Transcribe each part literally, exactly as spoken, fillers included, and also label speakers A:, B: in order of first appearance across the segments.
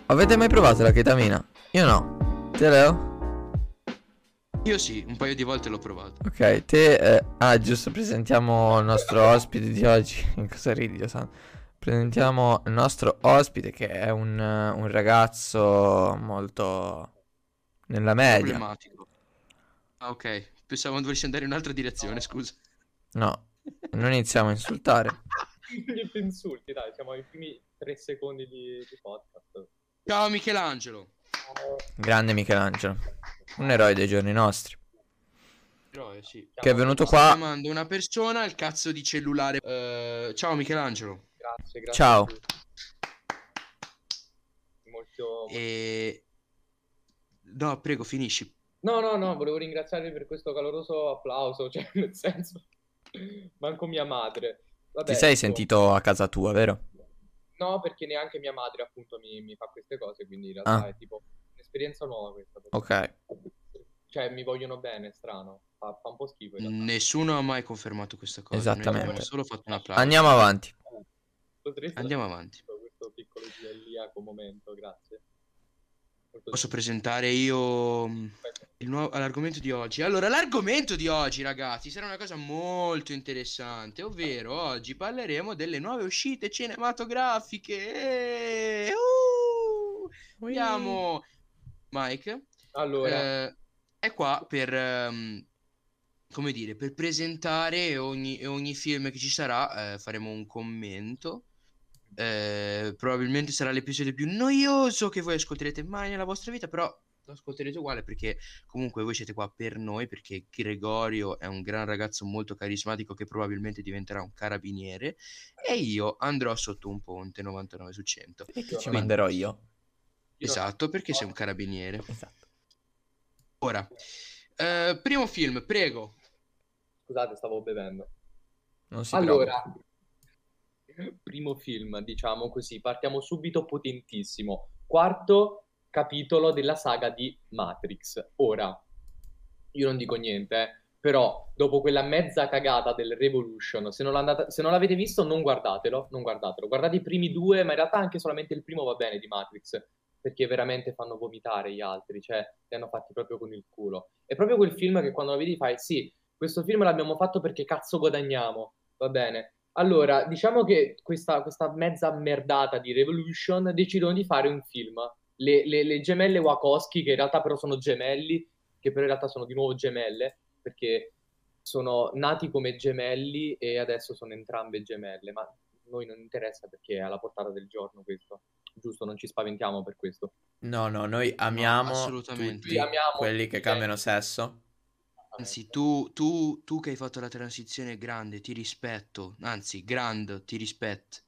A: Avete mai provato la ketamina? Io no. Te Leo?
B: Io sì, un paio di volte l'ho provato.
A: Ok, te... eh, Ah, giusto, presentiamo il nostro ospite di oggi. In cosa ridi, San? Presentiamo il nostro ospite che è un, eh, un ragazzo molto nella media.
B: Problematico. Ah, ok. Pensavo dovessi andare in un'altra direzione, scusa.
A: No, non iniziamo a insultare.
C: Niente insulti, dai, siamo ai primi tre secondi di, di podcast.
B: Ciao Michelangelo.
A: Grande Michelangelo. Un eroe dei giorni nostri.
B: Eroe, sì.
A: Che è venuto
B: Sta
A: qua.
B: chiamando una persona il cazzo di cellulare. Eh, ciao Michelangelo.
C: Grazie, grazie.
A: Ciao.
C: a tutti. Molto...
B: E... No, prego, finisci.
C: No, no, no, volevo ringraziarvi per questo caloroso applauso, cioè, nel senso, manco mia madre. Vabbè,
A: Ti sei
C: insomma.
A: sentito a casa tua, vero?
C: No, perché neanche mia madre, appunto, mi, mi fa queste cose, quindi in realtà
A: Ah.
C: è tipo un'esperienza nuova questa.
A: Ok.
C: Cioè, mi vogliono bene, strano. Fa, fa un po' schifo in realtà.
B: Nessuno ha mai confermato questa cosa.
A: Esattamente.
B: Noi abbiamo solo fatto un applauso.
A: Andiamo avanti.
C: Potresti
B: Andiamo avanti.
C: questo piccolo idilliaco momento, grazie. Molto
B: Posso
C: gentile.
B: presentare io il nuovo l'argomento di oggi. Allora, l'argomento di oggi, ragazzi, sarà una cosa molto interessante, ovvero oggi parleremo delle nuove uscite cinematografiche. Eh, uh! Andiamo, Mike.
C: Allora,
B: eh, è qua per, ehm, come dire, per presentare ogni, ogni film che ci sarà. Eh, faremo un commento. Eh, probabilmente sarà l'episodio più noioso che voi ascolterete mai nella vostra vita, però lo ascolterete uguale perché comunque voi siete qua per noi, perché Gregorio è un gran ragazzo molto carismatico che probabilmente diventerà un carabiniere e io andrò sotto un ponte novantanove su cento.
A: E che ci
C: Quindi-
A: manderò io.
C: io non-
B: Esatto, perché sei un carabiniere.
A: Esatto.
B: Ora, eh, primo film, prego.
C: Scusate, stavo bevendo.
A: Non si
C: Allora,
A: preoccupi.
C: primo film, diciamo così, partiamo subito potentissimo. Quarto capitolo della saga di Matrix. Ora, io non dico niente, eh, però dopo quella mezza cagata del Revolution, se non, l'andate- se non l'avete visto non guardatelo, non guardatelo. Guardate i primi due, ma in realtà anche solamente il primo va bene di Matrix, perché veramente fanno vomitare gli altri, cioè li hanno fatti proprio con il culo. È proprio quel film che quando lo vedi fai, sì, questo film l'abbiamo fatto perché cazzo guadagniamo, va bene. Allora, diciamo che questa, questa mezza merdata di Revolution decidono di fare un film. Le, le- le gemelle Wachowski, che in realtà però sono gemelli, che però in realtà sono di nuovo gemelle, perché sono nati come gemelli e adesso sono entrambe gemelle, ma a noi non interessa perché è alla portata del giorno questo. Giusto, non ci spaventiamo per questo.
A: No, no, noi amiamo
B: assolutamente.
A: tutti
C: Sì, amiamo
A: quelli
C: tutti
A: che
C: i
A: cambiano
C: vecchi.
A: sesso.
B: Anzi, tu, tu, tu che hai fatto la transizione grande, ti rispetto. Anzi, grand, ti rispetto.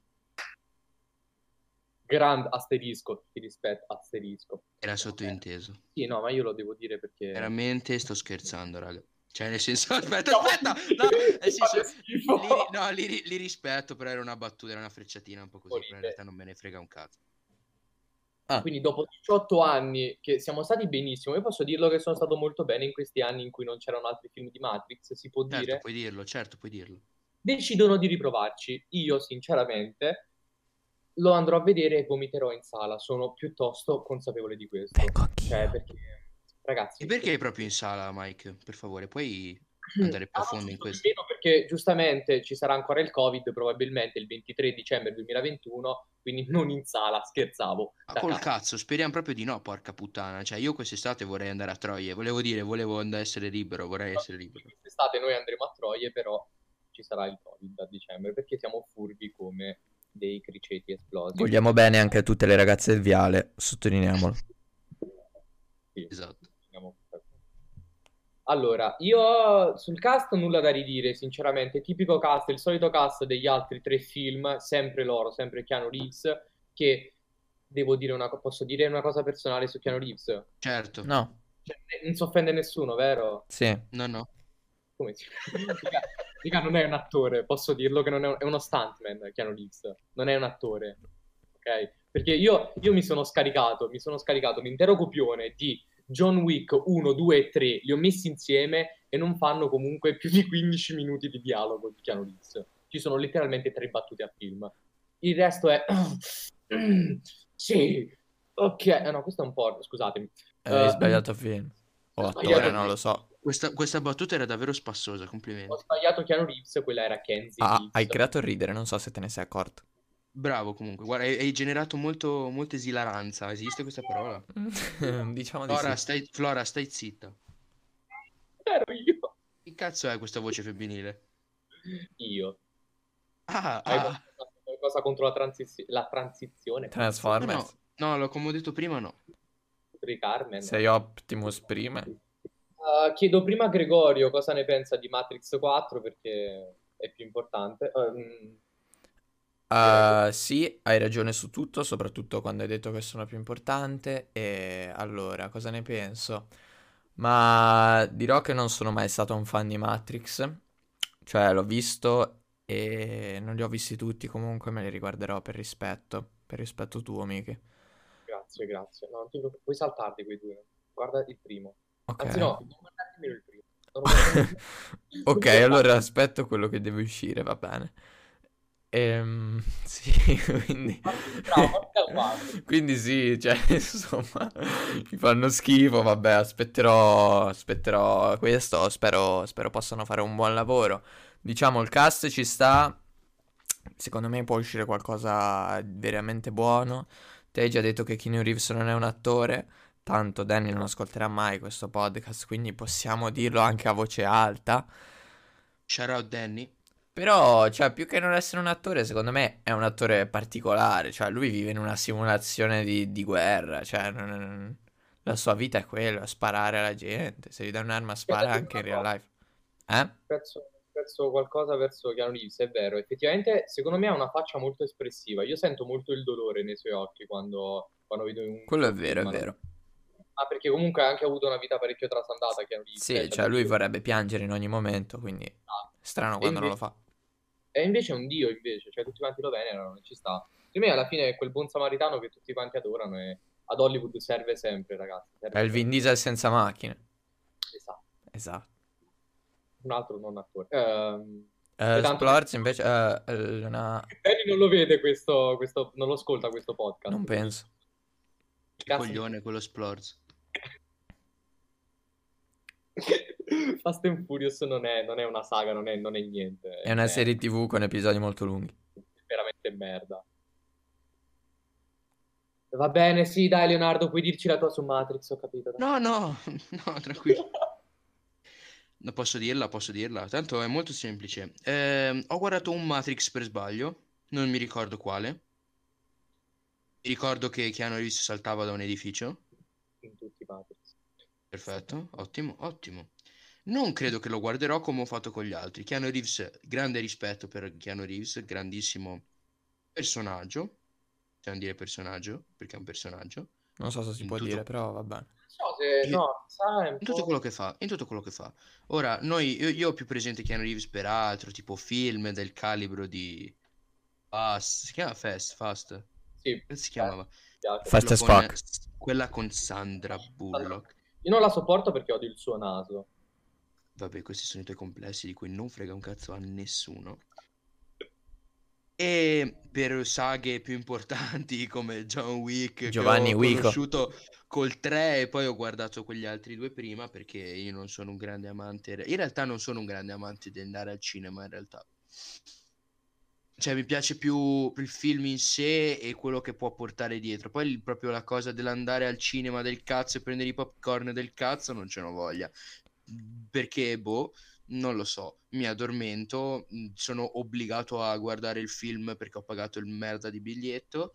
C: Grand asterisco, ti rispetto, asterisco.
B: Era sottointeso.
C: Sì, no, ma io lo devo dire perché...
B: Veramente sto scherzando, raga. Cioè, nel senso, aspetta,
C: No,
B: aspetta! No, nel senso,
C: fate schifo.
B: li, ri- no, li, ri- li rispetto, però era una battuta, era una frecciatina un po' così, però in realtà non me ne frega un cazzo.
A: Ah,
C: Quindi dopo diciotto anni che siamo stati benissimo, io posso dirlo che sono stato molto bene in questi anni in cui non c'erano altri film di Matrix, si può
B: Certo,
C: dire,
B: puoi dirlo, certo, puoi dirlo.
C: decidono di riprovarci. Io, sinceramente, lo andrò a vedere e vomiterò in sala, sono piuttosto consapevole di questo.
A: vengo anch'io.
C: Cioè, perché, ragazzi...
B: E perché proprio in sala, Mike? Per favore, puoi andare più a
C: Ah,
B: fondo in
C: giusto,
B: questo?
C: nemmeno perché giustamente ci sarà ancora il Covid, probabilmente il ventitré dicembre duemilaventuno, quindi non in sala, scherzavo.
B: Ma
C: da
B: col
C: casa.
B: cazzo, speriamo proprio di no, porca puttana. Cioè, io quest'estate vorrei andare a Troie. Volevo dire, volevo andare a essere libero, vorrei essere libero.
C: Quest'estate noi andremo a Troie, però ci sarà il Covid a dicembre, perché siamo furbi come dei criceti esplosi.
A: Vogliamo bene anche a tutte le ragazze del Viale, sottolineiamolo.
C: Sì,
B: Esatto.
C: diciamo questa cosa. Allora, io sul cast nulla da ridire, sinceramente. Tipico cast, il solito cast degli altri tre film, sempre loro, sempre Keanu Reeves, che devo dire una cosa, posso dire una cosa personale su Keanu Reeves?
B: Certo.
A: No,
C: Cioè, non si offende nessuno, vero?
A: sì.
B: No, no.
C: Come si Dica, dica, non è un attore, posso dirlo che non è, un- è uno stuntman, Keanu Reeves, non è un attore, ok? Perché io, io mi sono scaricato, mi sono scaricato l'intero copione di John Wick uno, due e tre, li ho messi insieme e non fanno comunque più di quindici minuti di dialogo di Keanu Reeves. Ci sono letteralmente tre battute a film. Il resto è... Sì, Ok, eh, no, questo è un porno, scusatemi.
A: Eh, Hai
C: Eh,
A: sbagliato film. O
C: ho
A: attore,
C: sbagliato,
A: non lo so.
B: Questa, questa battuta era davvero spassosa,
C: ho
B: complimenti.
C: sbagliato Keanu Reeves, quella era Kenzie
A: Ah, hai
C: Reeves.
A: creato ridere, non so se te ne sei accorto.
B: Bravo comunque, guarda, hai, hai generato molto, molta esilaranza, esiste questa parola?
A: Diciamo di
B: Flora,
A: sì.
B: stai, Flora, stai zitta.
C: Ero io.
B: Che cazzo è questa voce femminile?
C: Io.
B: Ah,
C: Hai
B: ah,
C: qualcosa, qualcosa contro la, transizio- la transizione, cazzo?
B: no, no,
A: Transformers.
B: no, lo- come ho detto prima, no.
C: Di Carmen.
A: Sei Optimus Prime.
C: Uh, chiedo prima a Gregorio cosa ne pensa di Matrix quattro perché è più importante. Um, direi
A: Uh, sì, hai ragione su tutto, soprattutto quando hai detto che sono più importante. E allora, cosa ne penso? Ma dirò che non sono mai stato un fan di Matrix. Cioè, l'ho visto e non li ho visti tutti, comunque me li riguarderò per rispetto. Per rispetto tuo, Miki.
C: grazie, grazie. No, non ti preoccupare, puoi saltarli quei due. Guarda il primo.
A: Ok.
C: Anzi, no, non guardare nemmeno il primo. Non lo guardare nemmeno. Non
A: Ok,
C: ti guardare.
A: allora aspetto quello che deve uscire, va bene. Ehm, sì, quindi...
C: Bravo, fatti calmare.
A: quindi sì, cioè, insomma, mi fanno schifo, vabbè, aspetterò, aspetterò questo, spero, spero possano fare un buon lavoro. Diciamo, il cast ci sta, secondo me può uscire qualcosa di veramente buono. Te hai già detto che Keanu Reeves non è un attore, tanto Danny non ascolterà mai questo podcast, quindi possiamo dirlo anche a voce alta.
B: Shout out Danny.
A: Però, cioè, più che non essere un attore, secondo me è un attore particolare. Cioè, lui vive in una simulazione di, di guerra. Cioè, non- non- la sua vita è quella, sparare alla gente. Se gli dai un'arma, spara anche in real life. Eh?
C: Penso, penso qualcosa verso Keanu Reeves, è vero. Effettivamente, secondo me ha una faccia molto espressiva. Io sento molto il dolore nei suoi occhi quando, quando vedo un
A: Quello è
C: suo
A: vero, è
C: film.
A: vero.
C: Ah, perché comunque ha anche avuto una vita parecchio trasandata Keanu Reeves, eh,
A: Sì,
C: c'ha
A: cioè,
C: dei
A: lui
C: video.
A: vorrebbe piangere in ogni momento, quindi è strano
C: E
A: quando non lo
C: invece,
A: fa.
C: e invece è un dio, invece, cioè tutti quanti lo venerano, e ci sta. Per me alla fine è quel buon samaritano che tutti quanti adorano e ad Hollywood serve sempre, ragazzi,
A: È
C: serve
A: il Vin
C: sempre.
A: Diesel senza macchine.
C: Esatto,
A: Esatto.
C: un altro non attore. Ehm,
A: Eh,
C: poi tanto
A: Splorz invece eh, è una...
C: Danny non lo vede questo, questo, non lo ascolta questo
A: Non
C: podcast, quindi
A: penso.
C: che
B: Che
C: cazzo di...
B: coglione quello Splorz.
C: Fast and Furious non è, non è una saga, non è, non è niente,
A: È
C: è
A: una
C: merda,
A: serie T V con episodi molto lunghi.
C: è veramente merda. Va bene, sì, dai Leonardo, puoi dirci la tua su Matrix, ho capito. Dai.
B: No, no, no, tranquillo. No, posso dirla, posso dirla. Tanto è molto semplice. Ehm, ho guardato un Matrix per sbaglio, non mi ricordo quale. Mi ricordo che Keanu Reeves saltava da un edificio.
C: In tutti i Matrix.
B: Perfetto, ottimo, ottimo. Non credo che lo guarderò come ho fatto con gli altri. Keanu Reeves, grande rispetto per Keanu Reeves, grandissimo personaggio. Possiamo dire personaggio, perché è un personaggio.
A: Non so se si
B: In
A: può dire,
B: tutto,
A: però va bene.
C: Non so se,
B: in
C: no, sa, è un
B: in tutto
C: po'...
B: quello che fa, in tutto quello che fa. Ora, noi, io, io ho più presente Keanu Reeves per altro, tipo film del calibro di Fast, si chiama Fast, Fast,
C: Sì,
B: come si
C: eh,
B: chiamava?
C: mi piace.
A: Fast
B: Quello
A: as
B: con,
A: fuck.
B: quella con Sandra Bullock.
C: Io non la sopporto perché odio il suo naso.
B: Vabbè, questi sono i tuoi complessi di cui non frega un cazzo a nessuno. E per saghe più importanti come John Wick, che
A: Giovanni
B: ho
A: Wico.
B: conosciuto col tre e poi ho guardato quegli altri due prima perché io non sono un grande amante. In realtà non sono un grande amante di andare al cinema, in realtà. Cioè, mi piace più il film in sé e quello che può portare dietro. Poi il- proprio la cosa dell'andare al cinema del cazzo e prendere i popcorn del cazzo non ce n'ho voglia. Perché, boh, non lo so, mi addormento, mh, sono obbligato a guardare il film perché ho pagato il merda di biglietto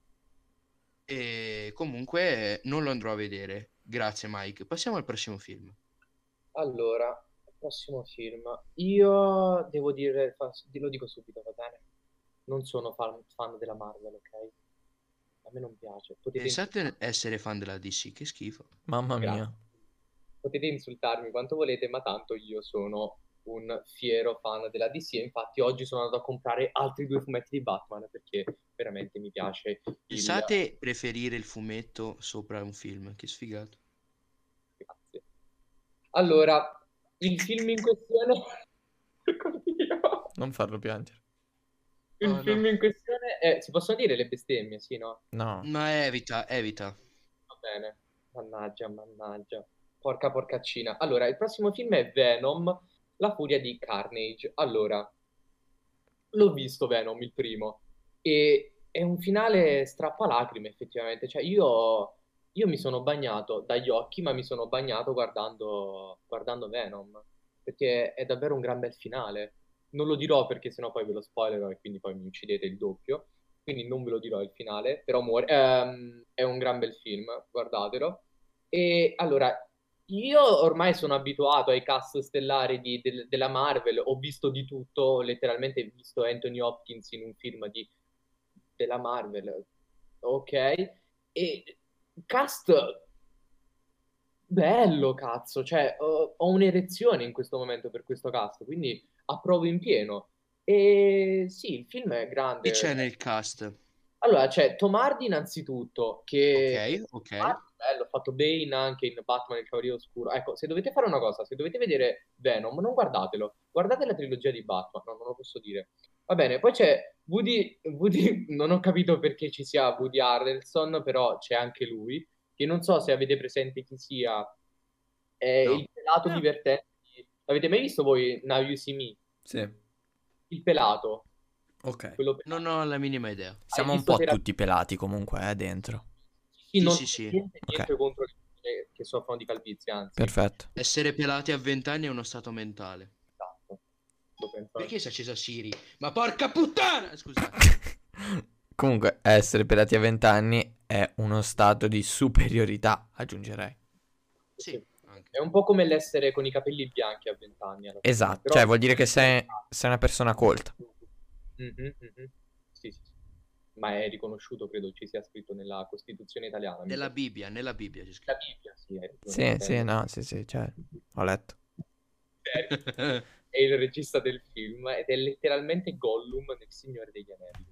B: e comunque non lo andrò a vedere. Grazie Mike. Passiamo al prossimo film.
C: Allora, prossimo film. Io devo dire, fa- lo dico subito, va bene? Non sono fan, fan della Marvel, ok? A me non piace. Potete
B: Pensate
C: insultarmi.
B: essere fan della D C, che schifo.
A: Mamma
C: Grazie.
A: mia.
C: Potete insultarmi quanto volete, ma tanto io sono un fiero fan della D C e infatti oggi sono andato a comprare altri due fumetti di Batman perché veramente mi piace il...
B: Pensate preferire il fumetto sopra un film, che sfigato.
C: Grazie. Allora, il film in questione... Porco Dio.
A: Non farlo piangere.
C: Il
B: Oh,
C: film
B: no.
C: in questione è... Si possono dire le bestemmie, sì, no?
A: No.
B: Ma evita, evita.
C: Va bene. Mannaggia, mannaggia. Porca porcaccina. Allora, il prossimo film è Venom, la furia di Carnage. Allora, l'ho visto Venom, il primo, e è un finale strappalacrime, effettivamente. Cioè, io, io mi sono bagnato dagli occhi, ma mi sono bagnato guardando, guardando Venom, perché è davvero un gran bel finale. Non lo dirò perché sennò poi ve lo spoilerò e quindi poi mi uccidete il doppio. Quindi non ve lo dirò il finale, però muore. Ehm, è un gran bel film, guardatelo. E allora, io ormai sono abituato ai cast stellari di- del- della Marvel, ho visto di tutto, ho letteralmente visto Anthony Hopkins in un film di- della Marvel, ok? E cast bello, cazzo, cioè ho, ho un'erezione in questo momento per questo cast, quindi approvo in pieno. E sì, il film è
B: Chi
C: grande.
B: c'è nel cast?
C: Allora, c'è Tom Hardy innanzitutto,
B: Ok,
C: che
B: ok.
C: Tom Hardy è bello, ha fatto Bane anche in Batman il Cavaliere Oscuro. Ecco, se dovete fare una cosa, se dovete vedere Venom, non guardatelo, guardate la trilogia di Batman, no, non lo posso dire. Va bene, poi c'è Woody, Woody, non ho capito perché ci sia Woody Harrelson, però c'è anche lui, che non so se avete presente chi sia, è
B: No.
C: il pelato
A: No.
C: divertente. di- L'avete mai visto voi Now You See Me?
A: Sì.
C: Il pelato,
A: Ok.
C: quello
B: Non
C: pelato.
B: ho la minima idea.
C: Hai
A: Siamo un
C: visto
A: po'
C: Terapia?
A: tutti pelati comunque, eh, dentro.
C: Sì,
B: Sì,
C: non
B: sì,
C: c'è
B: sì.
C: niente,
A: Ok,
C: niente contro le persone che soffrono di calvizie, anzi,
A: perfetto.
B: Essere pelati a venti anni è uno stato mentale.
C: esatto. Lo penso
B: Perché
C: anche.
B: si è accesa Siri? Ma porca puttana! Scusate.
A: Comunque, essere pelati a venti anni è uno stato di superiorità, aggiungerei.
B: Sì,
C: Sì.
B: anche.
C: È un po' come l'essere con i capelli bianchi a venti anni alla fine,
A: Esatto,
C: però
A: cioè vuol dire che sei, sei una persona colta.
C: Mhm, mhm. Sì, sì, sì. Ma è riconosciuto, credo ci sia scritto nella Costituzione italiana. mi
B: Nella
C: sembra.
B: Bibbia, nella Bibbia c'è
C: La
B: scritto.
C: Bibbia, sì, hai ragione,
A: Sì, sì,
C: bello.
A: no, sì, sì, cioè, ho letto.
C: È il regista del film ed è letteralmente Gollum nel Signore degli Anelli.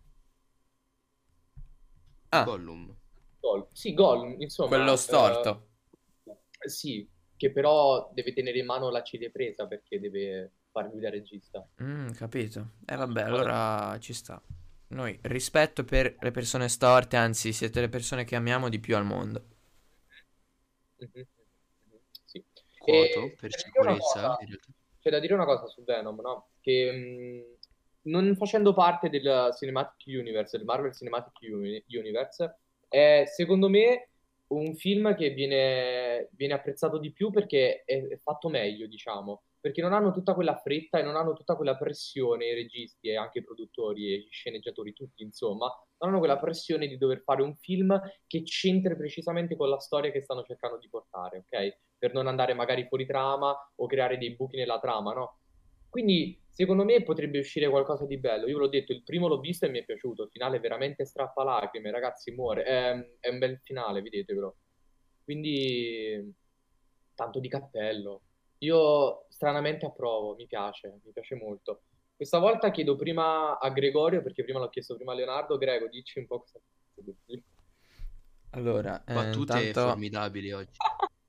A: Ah,
B: Gollum.
C: Gollum. Sì, Gollum,
A: quello
C: insomma, eh,
A: storto.
C: sì, che però deve tenere in mano la cinepresa perché deve far lui da regista.
A: Mm, capito. E vabbè, allora ci sta. Noi rispetto per le persone storte, anzi, siete le persone che amiamo di più al mondo.
C: Mhm, mhm, mhm. Sì.
B: Quoto,
C: E
B: per
C: c'è da dire una
B: sicurezza,
C: cosa,
B: in realtà.
C: c'è da dire una cosa su Venom, no? Che mh, non facendo parte del Cinematic Universe, del Marvel Cinematic Uni- Universe, è secondo me un film che viene, viene apprezzato di più perché è, è fatto meglio, diciamo, perché non hanno tutta quella fretta e non hanno tutta quella pressione, i registi e anche i produttori e gli sceneggiatori, tutti, insomma, non hanno quella pressione di dover fare un film che c'entri precisamente con la storia che stanno cercando di portare, ok? Per non andare magari fuori trama o creare dei buchi nella trama, no? Quindi, secondo me, potrebbe uscire qualcosa di bello. Io ve l'ho detto, il primo l'ho visto e mi è piaciuto. Il finale è veramente strappalacrime, ragazzi, muore. È, è un bel finale, vedetevelo. Quindi, tanto di cappello. Io stranamente approvo, mi piace, mi piace molto. Questa volta chiedo prima a Gregorio, perché prima l'ho chiesto prima a Leonardo. Grego, dici un po' cosa pensi del film.
A: Allora, eh,
B: Battute
A: intanto
B: formidabili oggi.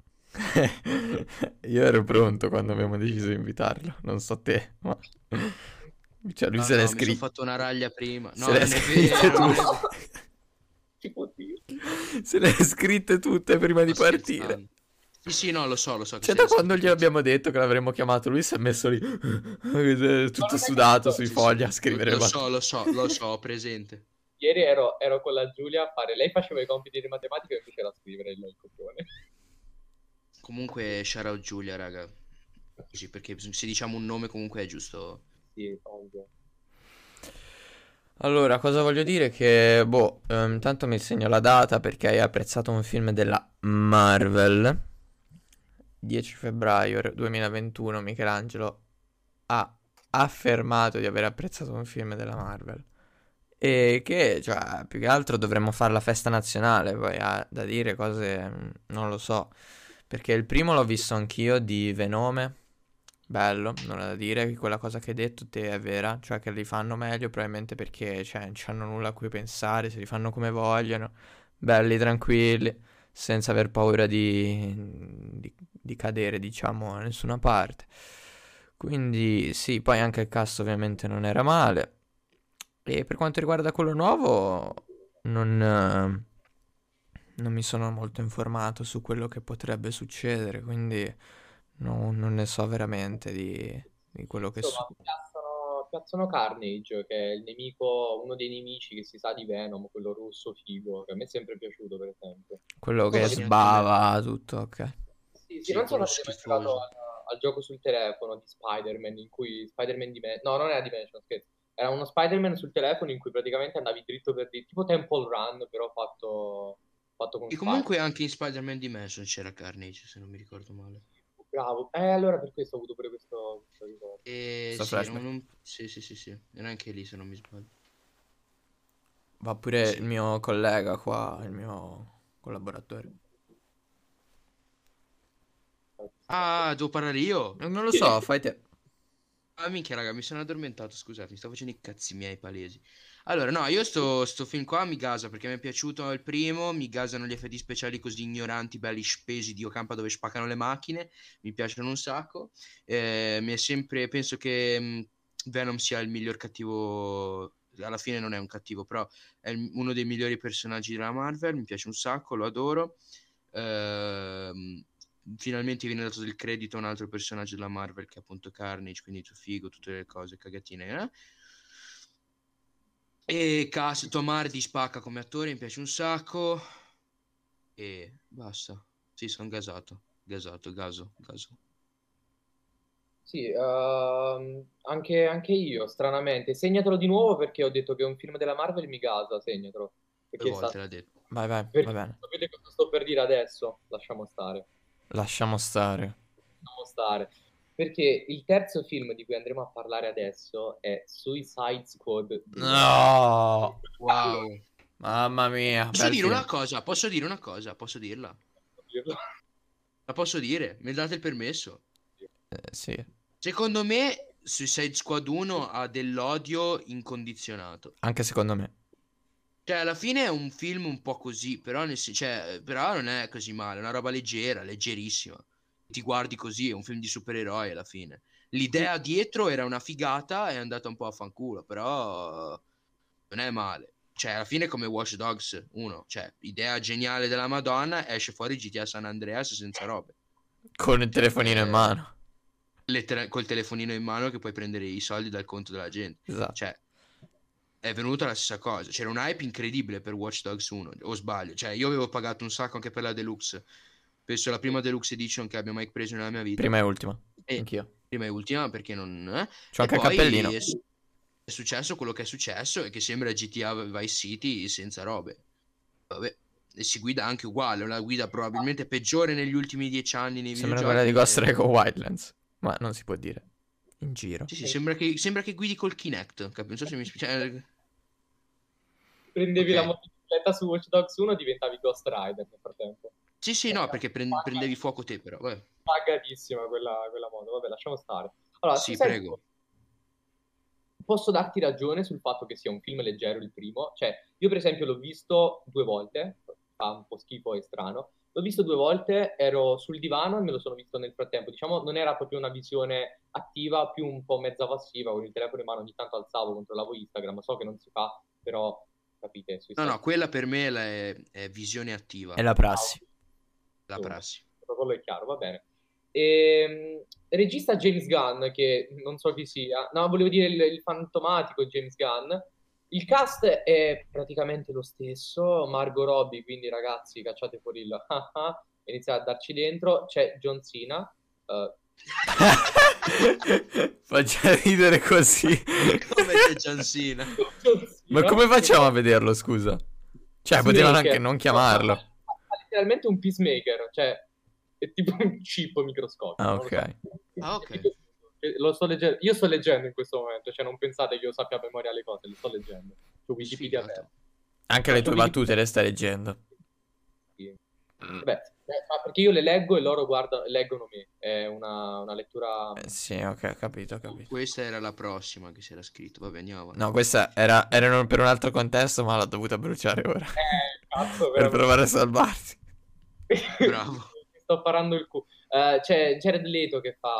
A: io ero pronto quando abbiamo deciso di invitarlo, non so te, ma cioè lui
B: No,
A: se l'è
B: no, mi sono
A: scritto,
B: fatto una raglia prima.
A: se
B: No,
A: l'è
B: non è
A: scritte
B: vero,
A: tu,
B: non è vero.
C: Si può dire.
A: se le scritte tutte prima di
B: Sto
A: partire.
B: scherzando. Sì, sì, no, lo so, lo so che
A: Cioè,
B: se
A: da
B: le
A: quando
B: scritte tutte.
A: gliel'abbiamo detto che l'avremmo chiamato, lui si è messo lì,
C: Ma
A: tutto
C: non hai
A: sudato
C: capito?
A: sui
B: Sì, sì,
A: fogli a
B: lo,
A: scrivere le
B: lo so,
A: battute.
B: lo so, lo so, ho presente.
C: Ieri ero, ero con la Giulia a fare, lei faceva i compiti di matematica e invece era a scrivere il, il copione.
B: Comunque, shout out Giulia, raga. Così, perché se diciamo un nome comunque è giusto.
C: Sì, ovvio.
A: Allora, cosa voglio dire? Che, boh, ehm, intanto mi segno la data perché hai apprezzato un film della Marvel. dieci febbraio duemilaventuno Michelangelo ha affermato di aver apprezzato un film della Marvel. E che, cioè, più che altro dovremmo fare la festa nazionale, poi ha da dire cose, mm, non lo so. Perché il primo l'ho visto anch'io di Venome, bello, non è da dire, che quella cosa che hai detto te è vera, cioè che li fanno meglio probabilmente perché, cioè, non hanno nulla a cui pensare, se li fanno come vogliono, belli, tranquilli, senza aver paura di, di, di cadere, diciamo, da nessuna parte. Quindi sì, poi anche il cast ovviamente non era male. E per quanto riguarda quello nuovo, non, eh, non mi sono molto informato su quello che potrebbe succedere, quindi no- non ne so veramente di, di quello che su...
C: Insomma, piazzano, piazzano Carnage, che è il nemico, uno dei nemici che si sa di Venom, quello rosso figo, che a me è sempre piaciuto, per esempio.
A: Quello
C: Non so
A: che
C: se
B: Sì,
C: avete-
B: anche a me.
A: sbava, tutto, ok.
C: sì, sì,
B: Sì,
C: non so se
B: quello
C: avete mai giocato
B: schifoso.
C: al, al gioco sul telefono di Spider-Man, in cui Spider-Man di no, non era Dimension, scherzo. Era uno Spider-Man sul telefono in cui praticamente andavi dritto per dritto, tipo Temple Run, però fatto, fatto con
B: E
C: Spider-Man.
B: comunque anche in Spider-Man Dimension c'era Carnage, se non mi ricordo male.
C: Bravo. Eh, allora per questo ho avuto pure questo, questo ricordo.
B: E
A: Sto
B: sì, non,
A: flashback.
B: non- sì, sì, sì, sì. Era anche lì, se non mi sbaglio.
A: Va pure il
B: Sì.
A: mio collega qua, il mio collaboratore.
B: Ah, devo parlare io?
A: Eh, Non lo so, fai te.
B: Ah, minchia, raga, mi sono addormentato, scusate, mi sto facendo i cazzi miei palesi. Allora, no, io sto, sto film qua mi gasa perché mi è piaciuto il primo, mi gasano gli effetti speciali così ignoranti, belli spesi di Ocampa dove spaccano le macchine, mi piacciono un sacco. Eh, mi è sempre, penso che mh, Venom sia il miglior cattivo, alla fine non è un cattivo, però è il- uno dei migliori personaggi della Marvel, mi piace un sacco, lo adoro. Ehm, Finalmente viene dato del credito a un altro personaggio della Marvel che è appunto Carnage, quindi tu figo, tutte le cose cagatine, eh? E cast, Tom Hardy spacca come attore, mi piace un sacco e basta. Sì, sono gasato, gasato, gaso, gaso.
C: Sì, ehm, anche, anche io, stranamente. Segnatelo di nuovo perché ho detto che è un film della Marvel, mi gasa, segnatelo.
B: Due
C: Perché, sta...
B: volte l'ha detto.
A: Vai, vai, va
C: perché
A: bene.
C: sapete cosa sto per dire adesso? Lasciamo stare.
A: Lasciamo stare.
C: Lasciamo stare. Perché il terzo film di cui andremo a parlare adesso è Suicide Squad due.
A: No!
B: Wow.
A: Mamma mia,
B: Posso
A: bel
B: dire una
A: film.
B: cosa? Posso dire una cosa? Posso dirla? La posso dire? Mi date il permesso?
A: Eh, sì.
B: Secondo me Suicide Squad uno ha dell'odio incondizionato.
A: Anche secondo me.
B: Cioè, alla fine è un film un po' così, però, nel sen- cioè, però non è così male, è una roba leggera, leggerissima. Ti guardi così, è un film di supereroi alla fine.
C: Sì,
B: L'idea dietro era una figata, è andata un po' a fanculo, però non è male. Cioè, alla fine è come Watch Dogs uno, cioè, idea geniale della Madonna, esce fuori G T A San Andreas senza robe.
A: Con il telefonino in
B: Eh,
A: mano.
B: lettera- col telefonino in mano che puoi prendere i soldi dal conto della gente.
A: Esatto.
B: Cioè, è venuta la stessa cosa. C'era un hype incredibile per Watch Dogs uno, o sbaglio? Cioè, io avevo pagato un sacco anche per la Deluxe. Penso la prima Deluxe Edition che abbia mai preso nella mia vita.
A: Prima e ultima.
B: E
A: Anch'io.
B: prima e ultima perché non... eh.
A: C'ho
B: E
A: anche il
B: poi
A: cappellino.
B: è, su- è successo quello che è successo e che sembra G T A Vice City senza robe. Vabbè. E si guida anche uguale, una guida probabilmente peggiore negli ultimi dieci anni nei
A: Sembra quella di
B: videogiochi.
A: Ghost
B: eh.
A: Recon Wildlands. Ma non si può dire. In giro.
B: Sì, sì, sembra che, sembra che guidi col Kinect, cap- non so se mi spiega.
C: prendevi la
B: Ok.
C: motocicletta su Watch Dogs uno diventavi Ghost Rider nel frattempo.
B: Sì, sì, no, perché pren- prendevi fuoco te, però. Vabbè.
C: Pagatissima quella, quella moto, vabbè, lasciamo stare. Allora,
B: Sì,
C: Suicide
B: prego.
C: posso darti ragione sul fatto che sia un film leggero il primo. Cioè, io per esempio l'ho visto due volte, fa un po' schifo e strano. L'ho visto due volte, ero sul divano e me lo sono visto nel frattempo. Diciamo, non era proprio una visione attiva, più un po' mezza passiva, con il telefono in mano ogni tanto alzavo, controllavo Instagram. So che non si fa, però, capite, sui
B: No, no,
C: siti.
B: quella per me la- è, è visione attiva,
A: È la prassi.
B: la
C: Insomma,
B: prassi.
C: il protocollo è chiaro, va bene. Ehm, regista James Gunn, che non so chi sia, no, volevo dire il, il fantomatico James Gunn. Il cast è praticamente lo stesso. Margot Robbie, quindi ragazzi, cacciate fuori il iniziate a darci dentro. C'è John Cena. eh,
A: Faccia ridere così.
B: Come c'è John Cena?
C: John
A: Ma
C: Cena,
A: come
C: che
A: facciamo a vederlo, scusa? Cioè, potevano
C: Peacemaker.
A: anche non chiamarlo.
C: Ha letteralmente un peacemaker, cioè è tipo un chip microscopico.
A: Ah,
C: non lo
A: ok.
C: so.
B: Ah, ok.
C: Lo sto leggendo, io sto leggendo in questo momento, cioè non pensate che io sappia a memoria le cose, le sto leggendo. Su Wikipedia
B: Sfigato.
C: aperto.
A: Anche le tue
C: Wikipedia-
A: battute le stai leggendo.
C: Sì. Vabbè, eh, ma perché io le leggo e loro guardano, leggono me. È una, una lettura.
A: Eh, sì, ok, ho capito, ho capito.
B: Questa era la prossima che si era scritto. Vabbè, andiamo avanti.
A: No, questa era, era per un altro contesto, ma l'ho dovuta bruciare ora.
C: Eh, cazzo,
A: Per
C: veramente.
A: provare a salvarsi.
B: Bravo.
C: Mi sto parando il culo. Eh, c'è Jared Leto che fa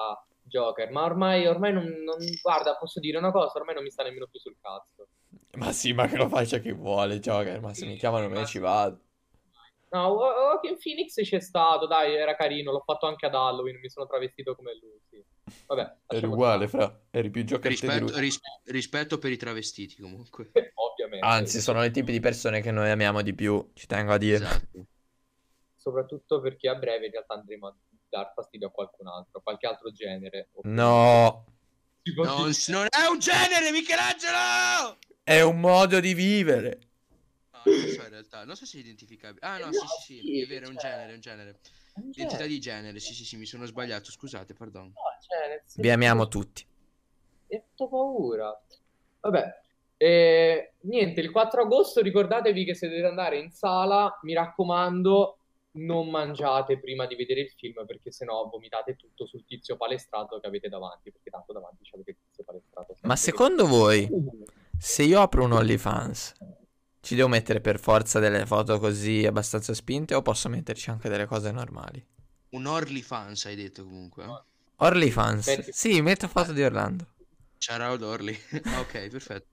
C: Joker, ma ormai, ormai non, non- guarda, posso dire una cosa, ormai non mi sta nemmeno più sul cazzo.
A: Ma sì, ma che lo faccia chi vuole, Joker, ma se mi chiamano me ci vado.
C: No, Wa- Joaquin Phoenix c'è stato, dai, era carino, l'ho fatto anche ad Halloween, mi sono travestito come lui, sì. Vabbè,
A: Eri
C: lasciamo
A: uguale,
C: stare.
A: fra. Eri più Joker te di
B: Rispetto,
A: lui.
B: ris- rispetto per i travestiti comunque.
C: Ovviamente.
A: Anzi, sono i tipi di persone che noi amiamo di più, ci tengo a dire.
B: Esatto.
C: Soprattutto perché a breve in realtà andremo a dar fastidio a qualcun altro, a qualche altro genere. o
A: No,
C: Tipo chi-
B: Non, non è un genere, Michelangelo!
A: è un modo di vivere.
B: No, non lo so in realtà, non so se è identificabile. Ah no,
C: No,
B: sì, sì, sì,
C: sì,
B: è vero, è un
C: cioè,
B: genere, è un genere.
C: è un
B: Identità
C: genere.
B: di genere, sì, sì, sì, mi sono sbagliato, scusate, pardon.
C: No, cioè, nel senso-
A: Vi amiamo tutti.
C: E ho paura. Vabbè, eh, niente, il quattro agosto ricordatevi che se dovete andare in sala, mi raccomando, non mangiate prima di vedere il film perché sennò vomitate tutto sul tizio palestrato che avete davanti, perché tanto davanti c'avete il tizio palestrato.
A: Ma
C: sempre
A: secondo voi,
C: che-
A: se io apro un OnlyFans, ci devo mettere per forza delle foto così abbastanza spinte o posso metterci anche delle cose normali?
B: Un Orly fans hai detto comunque, eh?
A: OnlyFans?
C: Metti-
A: Sì, metto foto di Orlando.
B: Ciao Orly. Ah, ok, perfetto.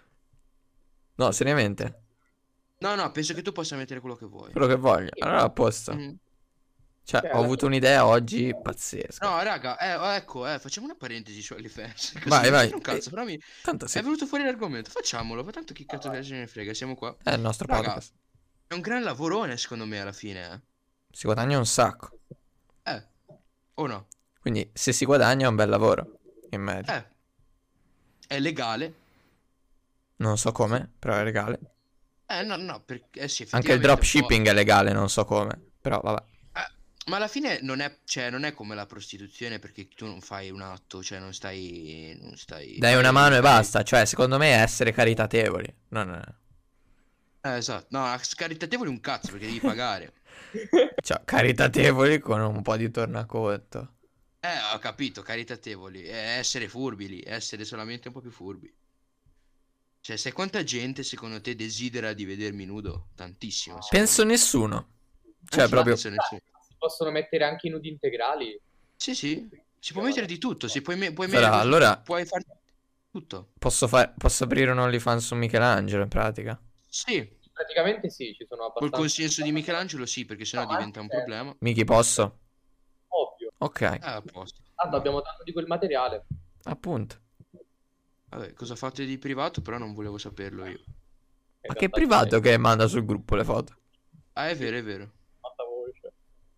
A: No, seriamente,
B: No, no, penso che tu possa mettere quello che vuoi.
A: quello che voglio. Allora a posto.
B: Mhm.
A: Cioè,
C: Cioè,
A: ho
C: alla
A: avuto
C: fine-
A: un'idea oggi pazzesca.
B: No, raga, eh, oh, ecco, eh, facciamo una parentesi su OnlyFans. Così,
A: Vai,
B: non
A: vai.
B: c'entra un cazzo, però mi...
A: Tanto sì,
B: È venuto fuori l'argomento, facciamolo, ma tanto chi cazzo se ne frega, siamo qua.
A: è il nostro
B: Raga,
A: podcast.
B: è un gran lavorone secondo me alla fine,
A: Si guadagna un sacco.
B: eh. Eh, o no?
A: Quindi se si guadagna è un bel lavoro, in media.
B: Eh, è legale.
A: Non so come, però è legale.
B: Eh, no, no, perché, eh sì,
A: Anche il
B: effettivamente un po'-
A: dropshipping è legale, non so come. Però vabbè.
B: Eh, ma alla fine non è, cioè, non è come la prostituzione perché tu non fai un atto, cioè non stai... Non stai
A: Dai
B: fai-
A: una mano e
B: fai-
A: basta. Cioè, secondo me è essere caritatevoli. No, no, no.
B: Eh, esatto, no, scaritatevoli un cazzo perché devi pagare.
A: Cioè, caritatevoli con un po' di tornaconto.
B: Eh, ho capito, caritatevoli, è essere furbi, è essere solamente un po' più furbi. Cioè, sai quanta gente secondo te desidera di vedermi nudo? Tantissimo. secondo
A: Penso
B: me.
A: nessuno. Cioè,
B: Anch'io
A: proprio...
B: penso nessuno.
C: Si possono mettere anche i nudi integrali.
B: Sì, sì, si può mettere di tutto, si puoi, me- puoi
A: Però,
B: mettere
A: allora-
B: puoi fare tutto.
A: Posso, fare... Posso aprire un OnlyFans su Michelangelo, in pratica.
B: Sì,
C: Praticamente sì, ci sono
B: col
C: abbastanza...
B: consenso di Michelangelo sì, perché sennò
C: No, ma
B: diventa un
C: anche-
B: problema.
A: Michi, posso?
C: Ovvio.
A: Ok,
B: Ah, a posto.
C: Tanto abbiamo tanto di quel materiale.
A: appunto.
B: Vabbè, cosa fate di privato, però non volevo saperlo io.
C: In
A: Ma che
C: realtà
A: privato
C: c'è
A: che manda sul gruppo le foto?
B: Ah, è vero, è vero.
C: tanta voce.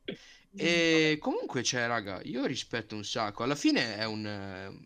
B: E comunque, cioè, raga, io rispetto un sacco. Alla fine è un... eh,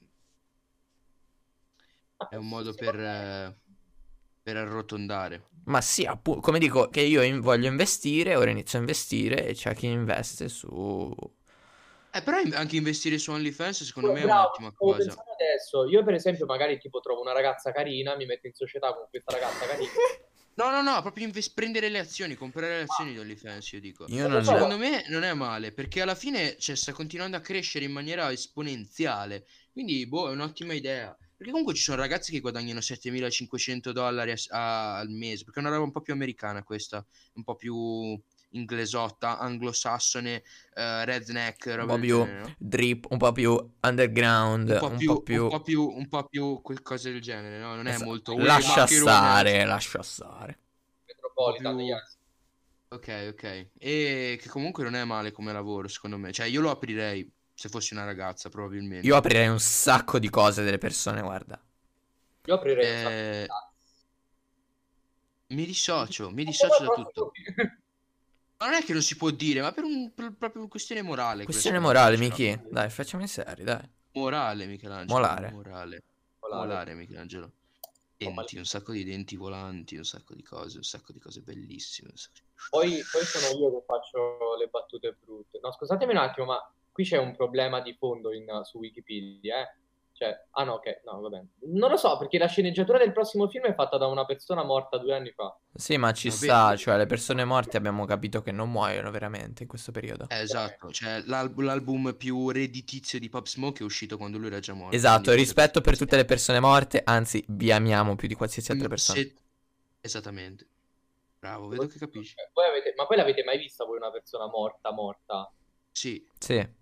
B: è un modo per... eh, per arrotondare.
A: Ma sì, appunto, come dico che io in- voglio investire, ora inizio a investire e c'è chi investe su...
B: Eh, però in- anche investire su OnlyFans secondo me è
C: Bravo,
B: un'ottima
C: stavo
B: cosa.
C: pensando adesso. Io per esempio magari tipo trovo una ragazza carina, mi metto in società con questa ragazza carina.
B: No, no, no, proprio inves- prendere le azioni, comprare le azioni di OnlyFans, io dico.
A: Io non...
B: Secondo me non è male, perché alla fine cioè, sta continuando a crescere in maniera esponenziale. Quindi, boh, è un'ottima idea. Perché comunque ci sono ragazzi che guadagnano settemilacinquecento dollari a- a- al mese, perché è una roba un po' più americana questa, un po' più inglesotta, anglosassone, eh, redneck,
A: Un
B: roba
A: po'
B: del
A: più
B: genere, no?
A: drip, un po' più underground,
B: Un po'
A: un
B: più,
A: po' più...
B: un po' più, un po' più qualcosa del genere, no? Non è
A: Esatto.
B: molto... "Uè,
A: Lascia
B: maccherone",
A: stare, lascia stare.
C: Metropolitan,
B: Un po' più-
C: yes.
B: Ok, ok. E che comunque non è male come lavoro, secondo me. Cioè, io lo aprirei se fossi una ragazza, probabilmente.
A: Io aprirei un sacco di cose delle persone, guarda.
C: Io aprirei un sacco
B: Eh,
C: di cazzo.
B: Mi dissocio, mi dissocio da
C: Ma
B: tutto. Ma non è che non si può dire, ma per un per proprio una questione morale.
A: Questione
B: questa,
A: morale,
B: cioè,
A: Miki. Dai, facciamo i seri, dai.
B: Morale, Michelangelo.
A: Molare.
B: Morale.
C: Volare.
B: Molare, Michelangelo. Denti, un sacco di denti volanti, un sacco di cose, un sacco di cose bellissime. un sacco di-
C: Poi, poi sono io che faccio le battute brutte. No, scusatemi un attimo, ma qui c'è un problema di fondo in- su Wikipedia, eh? Cioè, ah no, ok, no, va bene. Non lo so, perché la sceneggiatura del prossimo film è fatta da una persona morta due anni fa.
A: Sì, ma ci
B: Vabbè.
A: sta, cioè le persone morte abbiamo capito che non muoiono veramente in questo periodo.
B: Eh, esatto, cioè l'alb- l'album più redditizio di Pop Smoke è uscito quando lui era già morto.
A: Esatto,
B: quindi-
A: rispetto per tutte le persone morte, anzi, vi amiamo più di qualsiasi altra
B: Mm,
A: persona.
B: se- Esattamente. Bravo, vedo che capisci.
C: Voi avete- Ma poi l'avete mai vista voi una persona morta, morta?
B: Sì,
A: Sì.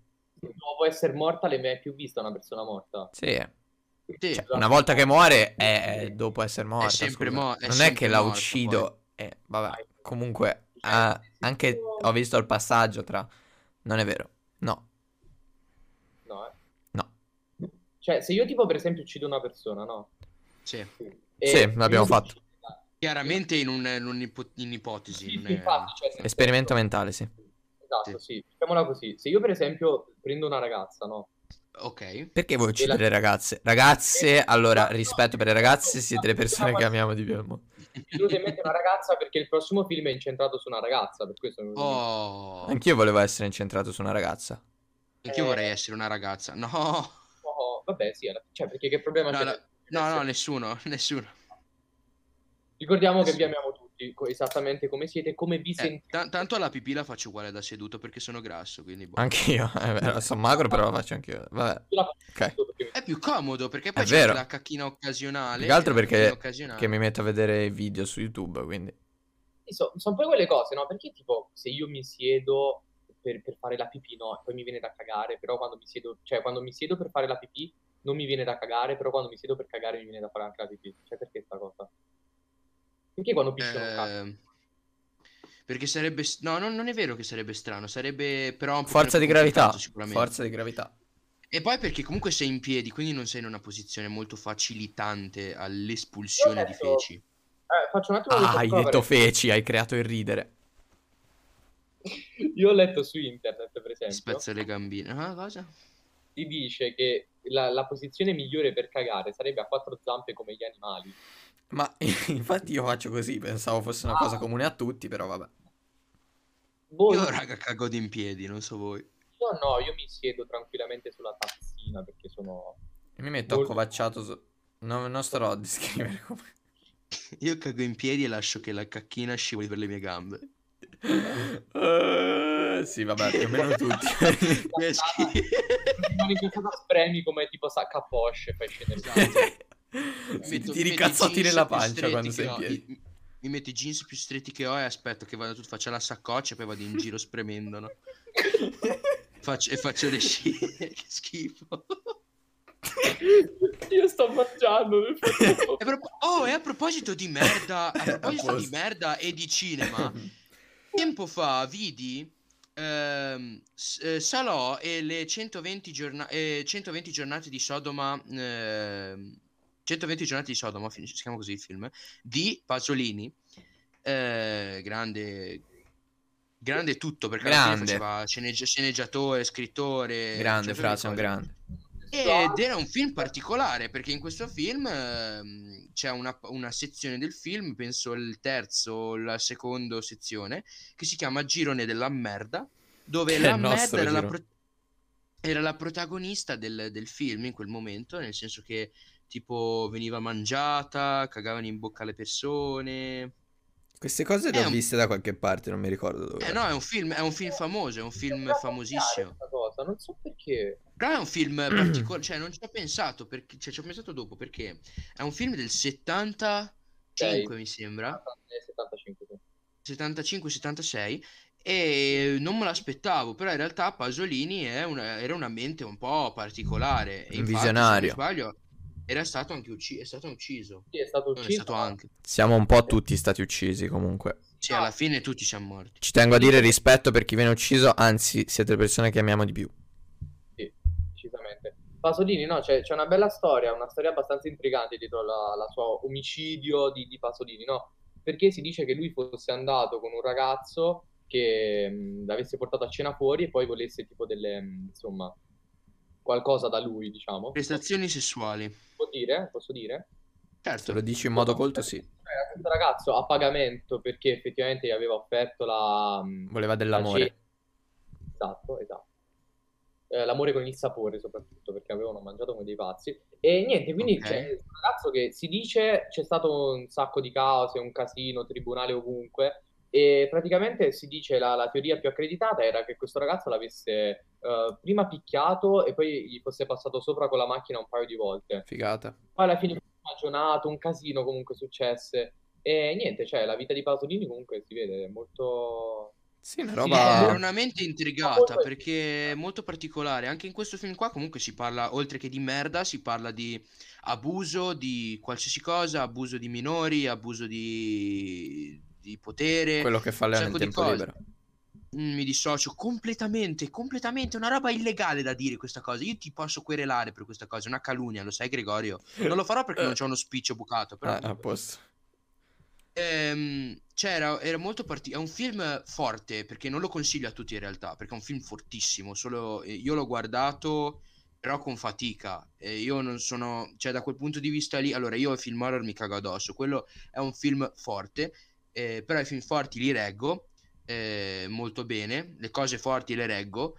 C: dopo essere morta l'hai mai più vista una persona morta?
A: Sì, eh.
B: Sì,
A: Cioè, una volta che muore è, è dopo essere morta,
B: sempre
A: scusa.
B: mo- è
A: Non è che
B: sempre
A: la
B: morta,
A: uccido e vabbè,
C: Dai.
A: comunque
C: Cioè,
A: ah,
C: nel
A: anche
C: senso-
A: ho visto il passaggio tra... Non è vero, no,
C: No, eh.
A: no.
C: Cioè, se io tipo per esempio uccido una persona, no?
B: sì.
C: E
A: Sì, l'abbiamo
C: io-
A: fatto.
B: Chiaramente in, un, in un'ipo- in ipotesi,
C: Sì,
B: non
C: sì,
B: è...
C: infatti, cioè, nel
A: Esperimento
C: senso-
A: mentale, sì.
C: Esatto, sì. Diciamola così. Se io per esempio prendo una ragazza, no?
B: Ok.
A: Perché vuoi
C: E
A: uccidere
C: la-
A: ragazze? Ragazze, allora,
C: No, no,
A: rispetto per le ragazze, siete le persone che amiamo di più al mondo.
C: Mi è venuta in mente una ragazza perché il prossimo film è incentrato su una ragazza, per questo mi è venuta in mente.
B: Oh,
A: Anch'io volevo essere incentrato su una ragazza.
B: anch'io vorrei
C: Eh,
B: essere una ragazza. No,
C: oh, vabbè, sì, alla- cioè, perché che problema
B: no,
C: c'è
B: no,
C: nel-
B: no, no,
C: nell'essere-
B: nessuno, nessuno.
C: Ricordiamo che vi
B: Nessuno.
C: amiamo tutti, co- esattamente come siete, come vi
B: Eh,
C: sentite.
B: ta- tanto alla pipì la faccio uguale da seduto perché sono grasso, quindi boh.
A: Anch'io, è vero, sono magro però la faccio anch'io. Vabbè,
C: Io la faccio
A: ok.
C: tutto perché mi-
B: È più comodo perché poi
A: È
B: c'è anche
A: vero.
B: la cacchina occasionale.
A: Più che altro
B: e la cacchina
A: perché,
B: occasionale-
A: perché mi metto a vedere video su YouTube, quindi...
C: Sono poi quelle cose, no? Perché tipo, se io mi siedo per, per fare la pipì, no? E poi mi viene da cagare, però quando mi siedo, cioè quando mi siedo per fare la pipì non mi viene da cagare, però quando mi siedo per cagare mi viene da fare anche la pipì. Cioè, perché sta cosa? Perché quando piscio non cago?
B: Eh, perché sarebbe... No, non, non è vero che sarebbe strano, sarebbe però un po'
A: Forza di
B: più
A: gravità,
B: complicato sicuramente.
A: forza di gravità.
B: E poi perché comunque sei in piedi, quindi non sei in una posizione molto facilitante
C: Io ho
B: all'espulsione di
C: letto-
B: feci.
C: Eh, faccio un attimo
A: Ah,
C: questa
A: hai
C: prova,
A: detto
C: perché
A: feci, hai creato il ridere.
C: io ho letto su internet, per
B: Ti
C: esempio,
B: spezza le gambine. Ah, cosa?
C: si dice che la, la posizione migliore per cagare sarebbe a quattro zampe come gli animali.
A: Ma infatti io faccio così, pensavo fosse una cosa comune a tutti, però vabbè.
C: Boh,
B: Io,
C: io,
B: raga, cago in piedi, non so voi.
C: io no, io mi siedo tranquillamente sulla tazzina perché sono...
A: E mi metto
C: Molto-
A: accovacciato su... No, non starò a descrivere come...
B: Io cago in piedi e lascio che la cacchina scivoli per le mie gambe.
A: Eh, sì, vabbè, più o meno tutti.
B: Che schifo.
C: Non in questa spremi come tipo sacca Porsche, fai scendere.
B: Esatto.
A: Sì,
B: Metto-
A: ti tiri
B: metto i
A: cazzotti
B: jeans
A: nella
B: più
A: pancia
B: stretti
A: quando
B: che
A: sei in
B: ho.
A: piedi.
B: Mi, mi metto i jeans più stretti che ho e aspetto che vada tutto, faccia la saccoccia e poi vado in giro spremendo, no? Faccio, e faccio le scie. Che schifo.
C: Io sto mangiando nel frattempo.
B: E pro- oh, e a proposito di merda, a proposito di
A: posto.
B: merda e di cinema, tempo fa vidi ehm, S- eh, Salò e le centoventi, giorna- eh, centoventi giornate di Sodoma, ehm, centoventi giornate di Sodoma, fin- si chiama così il film, di Pasolini, eh, grande, grande tutto, perché alla fine
A: Grande.
B: faceva sceneggi- sceneggiatore, scrittore,
A: Grande
B: faceva
A: frase, un
B: cose.
A: grande.
B: Ed era un film particolare perché in questo film ehm, c'è una, una sezione del film, penso il terzo o la seconda sezione, che si chiama Girone della merda, dove
A: Che è
B: la
A: il nostro
B: merda era la,
A: girone.
B: pro- era la protagonista del, del film in quel momento, nel senso che tipo veniva mangiata, cagavano in bocca alle persone.
A: Queste cose le
B: È
A: ho
B: un-
A: viste da qualche parte, non mi ricordo dove.
B: Eh no, è un film, è un film famoso, è un film famosissimo.
C: Questa cosa, non so perché.
B: Però è un film particolare, cioè non ci ho pensato perché, cioè ci ho pensato dopo perché è un film del settantacinque
C: Sei.
B: mi sembra,
C: settantacinque, sì.
B: settantacinque settantasei e non me l'aspettavo, però in realtà Pasolini è una- era una mente un po' particolare e
A: Un
B: infatti,
A: visionario.
B: se non mi sbaglio, era stato anche ucciso, è stato ucciso.
C: Sì, è stato
B: Non è
C: ucciso.
B: stato anche.
A: Siamo un po' tutti stati uccisi comunque.
B: Sì, alla fine tutti siamo morti.
A: Ci tengo a dire rispetto per chi viene ucciso, anzi siete le persone che amiamo di più.
C: Sì, decisamente. Pasolini, no, c'è, c'è una bella storia, una storia abbastanza intrigante dietro la, la sua omicidio di, di Pasolini, no? Perché si dice che lui fosse andato con un ragazzo che mh, l'avesse portato a cena fuori e poi volesse tipo delle, mh, insomma, qualcosa da lui, diciamo.
B: Prestazioni sessuali.
C: Può dire? Posso dire?
A: Se
B: Certo.
A: lo dici in modo colto, sì.
C: Cioè, questo ragazzo a pagamento perché effettivamente gli aveva offerto la... mh,
A: Voleva
C: la
A: dell'amore.
C: cena. Esatto, esatto. Eh, l'amore con il sapore soprattutto perché avevano mangiato come dei pazzi e niente, quindi
B: Ok.
C: c'è un ragazzo che si dice c'è stato un sacco di cause, un casino, tribunale ovunque e praticamente si dice la, la teoria più accreditata era che questo ragazzo l'avesse eh, prima picchiato e poi gli fosse passato sopra con la macchina un paio di volte,
A: Figata.
C: poi alla fine fu stagionato, un casino comunque successe e niente, cioè la vita di Pasolini comunque si vede molto
A: Sì, una
B: Sì,
A: roba...
B: era una mente intrigata perché è molto particolare. Anche in questo film qua comunque si parla, oltre che di merda, si parla di abuso di qualsiasi cosa, abuso di minori, abuso di, di potere,
A: quello che fa
B: un
A: Leo nel
B: sacco di
A: tempo
B: cose.
A: libero.
B: Mm, Mi dissocio completamente, completamente, è una roba illegale da dire questa cosa. Io ti posso querelare per questa cosa, è una calunnia, lo sai Gregorio? Non lo farò perché non c'è uno spiccio bucato, però
A: Ah, a
B: comunque.
A: posto.
B: Ehm, c'era, era molto particolare. È un film forte perché non lo consiglio a tutti in realtà, perché è un film fortissimo. Solo eh, io l'ho guardato, però con fatica. E io non sono, cioè, da quel punto di vista lì. Allora, io ai film horror mi cago addosso. Quello è un film forte, eh, però i film forti li reggo eh, molto bene. Le cose forti le reggo.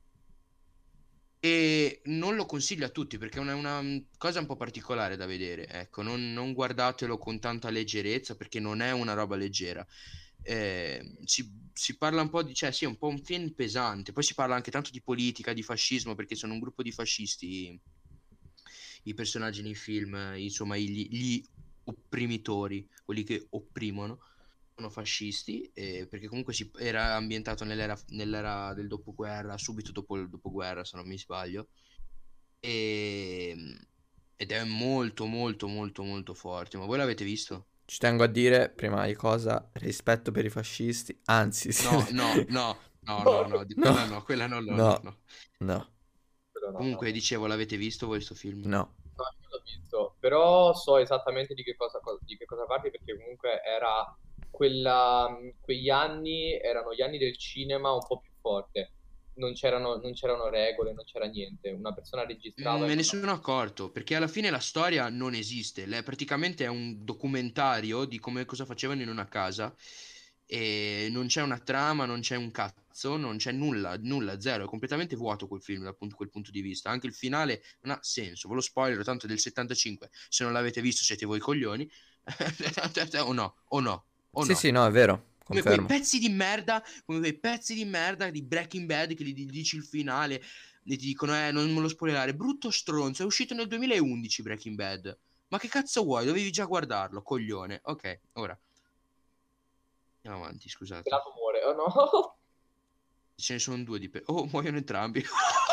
B: E non lo consiglio a tutti perché è una, una cosa un po' particolare da vedere. Ecco, non, non guardatelo con tanta leggerezza perché non è una roba leggera. Eh, si, si parla un po' di, cioè, sì, è un po' un film pesante. Poi si parla anche tanto di politica, di fascismo, perché sono un gruppo di fascisti, i personaggi nei film, eh, insomma, gli, gli opprimitori, quelli che opprimono sono fascisti, eh, perché comunque si, era ambientato nell'era, nell'era del dopoguerra, subito dopo il dopoguerra, se non mi sbaglio, e, ed è molto, molto, molto, molto forte. Ma voi l'avete visto?
A: Ci tengo a dire, prima di cosa, rispetto per i fascisti, anzi, se
B: No,
A: ne-
B: no, no, no, no, no, di
A: no,
B: quella no, quella no, no, no,
A: no,
B: no.
A: no,
C: Però no, no,
B: Comunque, dicevo, l'avete visto voi sto film?
A: no.
C: no, io l'ho visto, però so esattamente di che cosa, di che cosa parli perché comunque era quella, quegli anni, erano gli anni del cinema un po' più forte. Non c'erano, non c'erano regole, non c'era niente. Una persona
B: Mm,
C: registrava e
B: Me ne
C: mandava.
B: sono accorto, perché alla fine la storia non esiste, le- praticamente è un documentario di come cosa facevano in una casa e non c'è una trama, non c'è un cazzo, non c'è nulla, nulla, zero, è completamente vuoto quel film da punto- quel punto di vista, anche il finale non ha senso, ve lo spoiler, tanto è del settantacinque, se non l'avete visto siete voi coglioni, o no, o no, o
A: Sì,
B: no.
A: sì, no, è vero,
B: Come quei
A: confermo.
B: pezzi di merda, come quei pezzi di merda di Breaking Bad che gli di- dici il finale e ti dicono, eh, non me lo spoilerare. Brutto stronzo, è uscito nel duemilaundici Breaking Bad. Ma che cazzo vuoi? Dovevi già guardarlo, coglione. Ok, ora andiamo avanti, scusate.
C: Pelato muore. Oh no!
B: Ce ne sono due di pe... Oh, muoiono entrambi.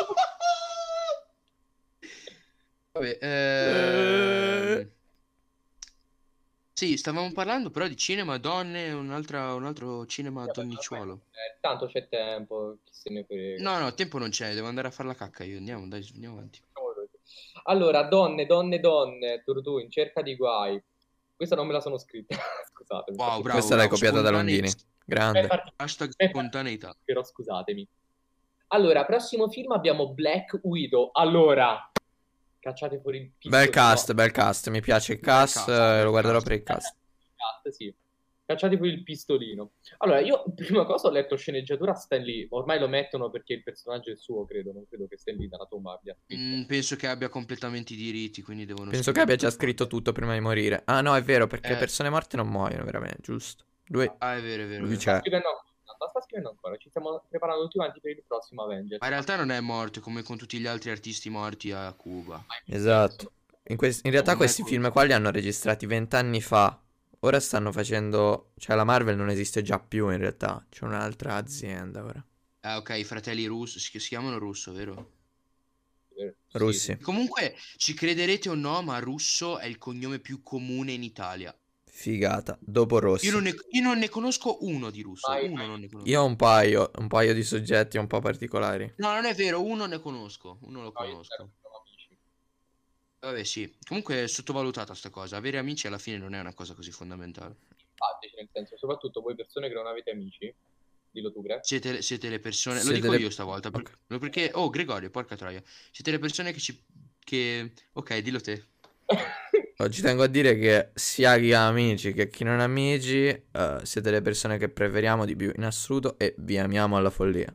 B: Vabbè,
A: Eh,
B: ehm... sì, stavamo parlando però di cinema, donne, un'altra, un altro cinema
C: Eh, ormai-
B: donnicciuolo.
C: eh, tanto c'è tempo, chi se ne frega.
B: No, no, tempo non c'è, devo andare a fare la cacca io. Andiamo, dai, andiamo avanti.
C: Facciamo così. Allora, donne, donne, donne, Turdù in cerca di guai. Questa non me la sono scritta, scusatemi.
B: Wow,
C: infatti-
B: bravo,
A: Questa l'hai
B: bravo.
A: copiata da
B: Spontanei...
A: Longini.
C: Eh,
A: Grande.
C: parti-
B: Hashtag
C: eh,
B: spontaneità.
C: Però scusatemi. Allora, prossimo film abbiamo Black Widow. Allora, cacciate fuori il
A: Bel
C: pistolino.
A: cast, bel cast. Mi piace il
B: Bel
A: cast,
B: cast,
A: eh,
B: bel
A: lo guarderò
B: cast.
A: per il cast.
C: Cast, sì. Cacciate fuori il pistolino. Allora, io prima cosa ho letto sceneggiatura Stan Lee. Ormai lo mettono perché il personaggio è suo, credo. Non credo che Stan Lee dalla tomba abbia scritto.
B: Mm, penso che abbia completamente i diritti, quindi devono
A: Penso che
B: scrivere
A: abbia già
B: per forza.
A: scritto tutto prima di morire. Ah, no, è vero, perché le
B: Eh,
A: persone morte non muoiono, veramente, giusto? Lui,
B: ah, è vero, è vero, è
A: lui
B: vero.
C: Sta
A: c'è.
C: scrivendo ancora. Sta scrivendo ancora. Ci stiamo preparando tutti quanti per il prossimo Avengers.
B: Ma in realtà non è morto come con tutti gli altri artisti morti a Cuba.
A: Esatto. In, quest- in realtà
B: Secondo me
A: questi
B: con-
A: film qua li hanno registrati vent'anni fa. Ora stanno facendo... Cioè la Marvel non esiste già più in realtà. C'è un'altra azienda ora.
B: Ah, ok, i fratelli Russo, si, si chiamano Russo, vero?
C: Sì,
A: Russi.
B: Comunque, ci crederete o no, ma Russo è il cognome più comune in Italia.
A: Figata. Dopo
B: Io
A: Rossi.
B: non ne, io non ne conosco uno di Russo,
C: Vai,
B: uno
C: vai.
B: non ne conosco.
A: Io ho un paio, un paio di soggetti un po' particolari.
B: No, non è vero, uno ne conosco, uno lo
C: No, io zero,
B: conosco.
C: siamo amici.
B: Vabbè, sì. Comunque è sottovalutata sta cosa. Avere amici alla fine non è una cosa così fondamentale.
C: Simpatici, nel senso, soprattutto voi persone che non avete amici. Dillo tu, Gre.
B: Siete, siete le persone. Lo
A: Siete
B: dico
A: le-
B: io stavolta. per-
A: Ok.
B: Perché. Oh, Gregorio, porca troia. Siete le persone che ci. Che. Ok, dillo te.
A: Oggi tengo a dire che sia chi ha amici che chi non ha amici, eh, siete le persone che preferiamo di più in assoluto e vi amiamo alla follia.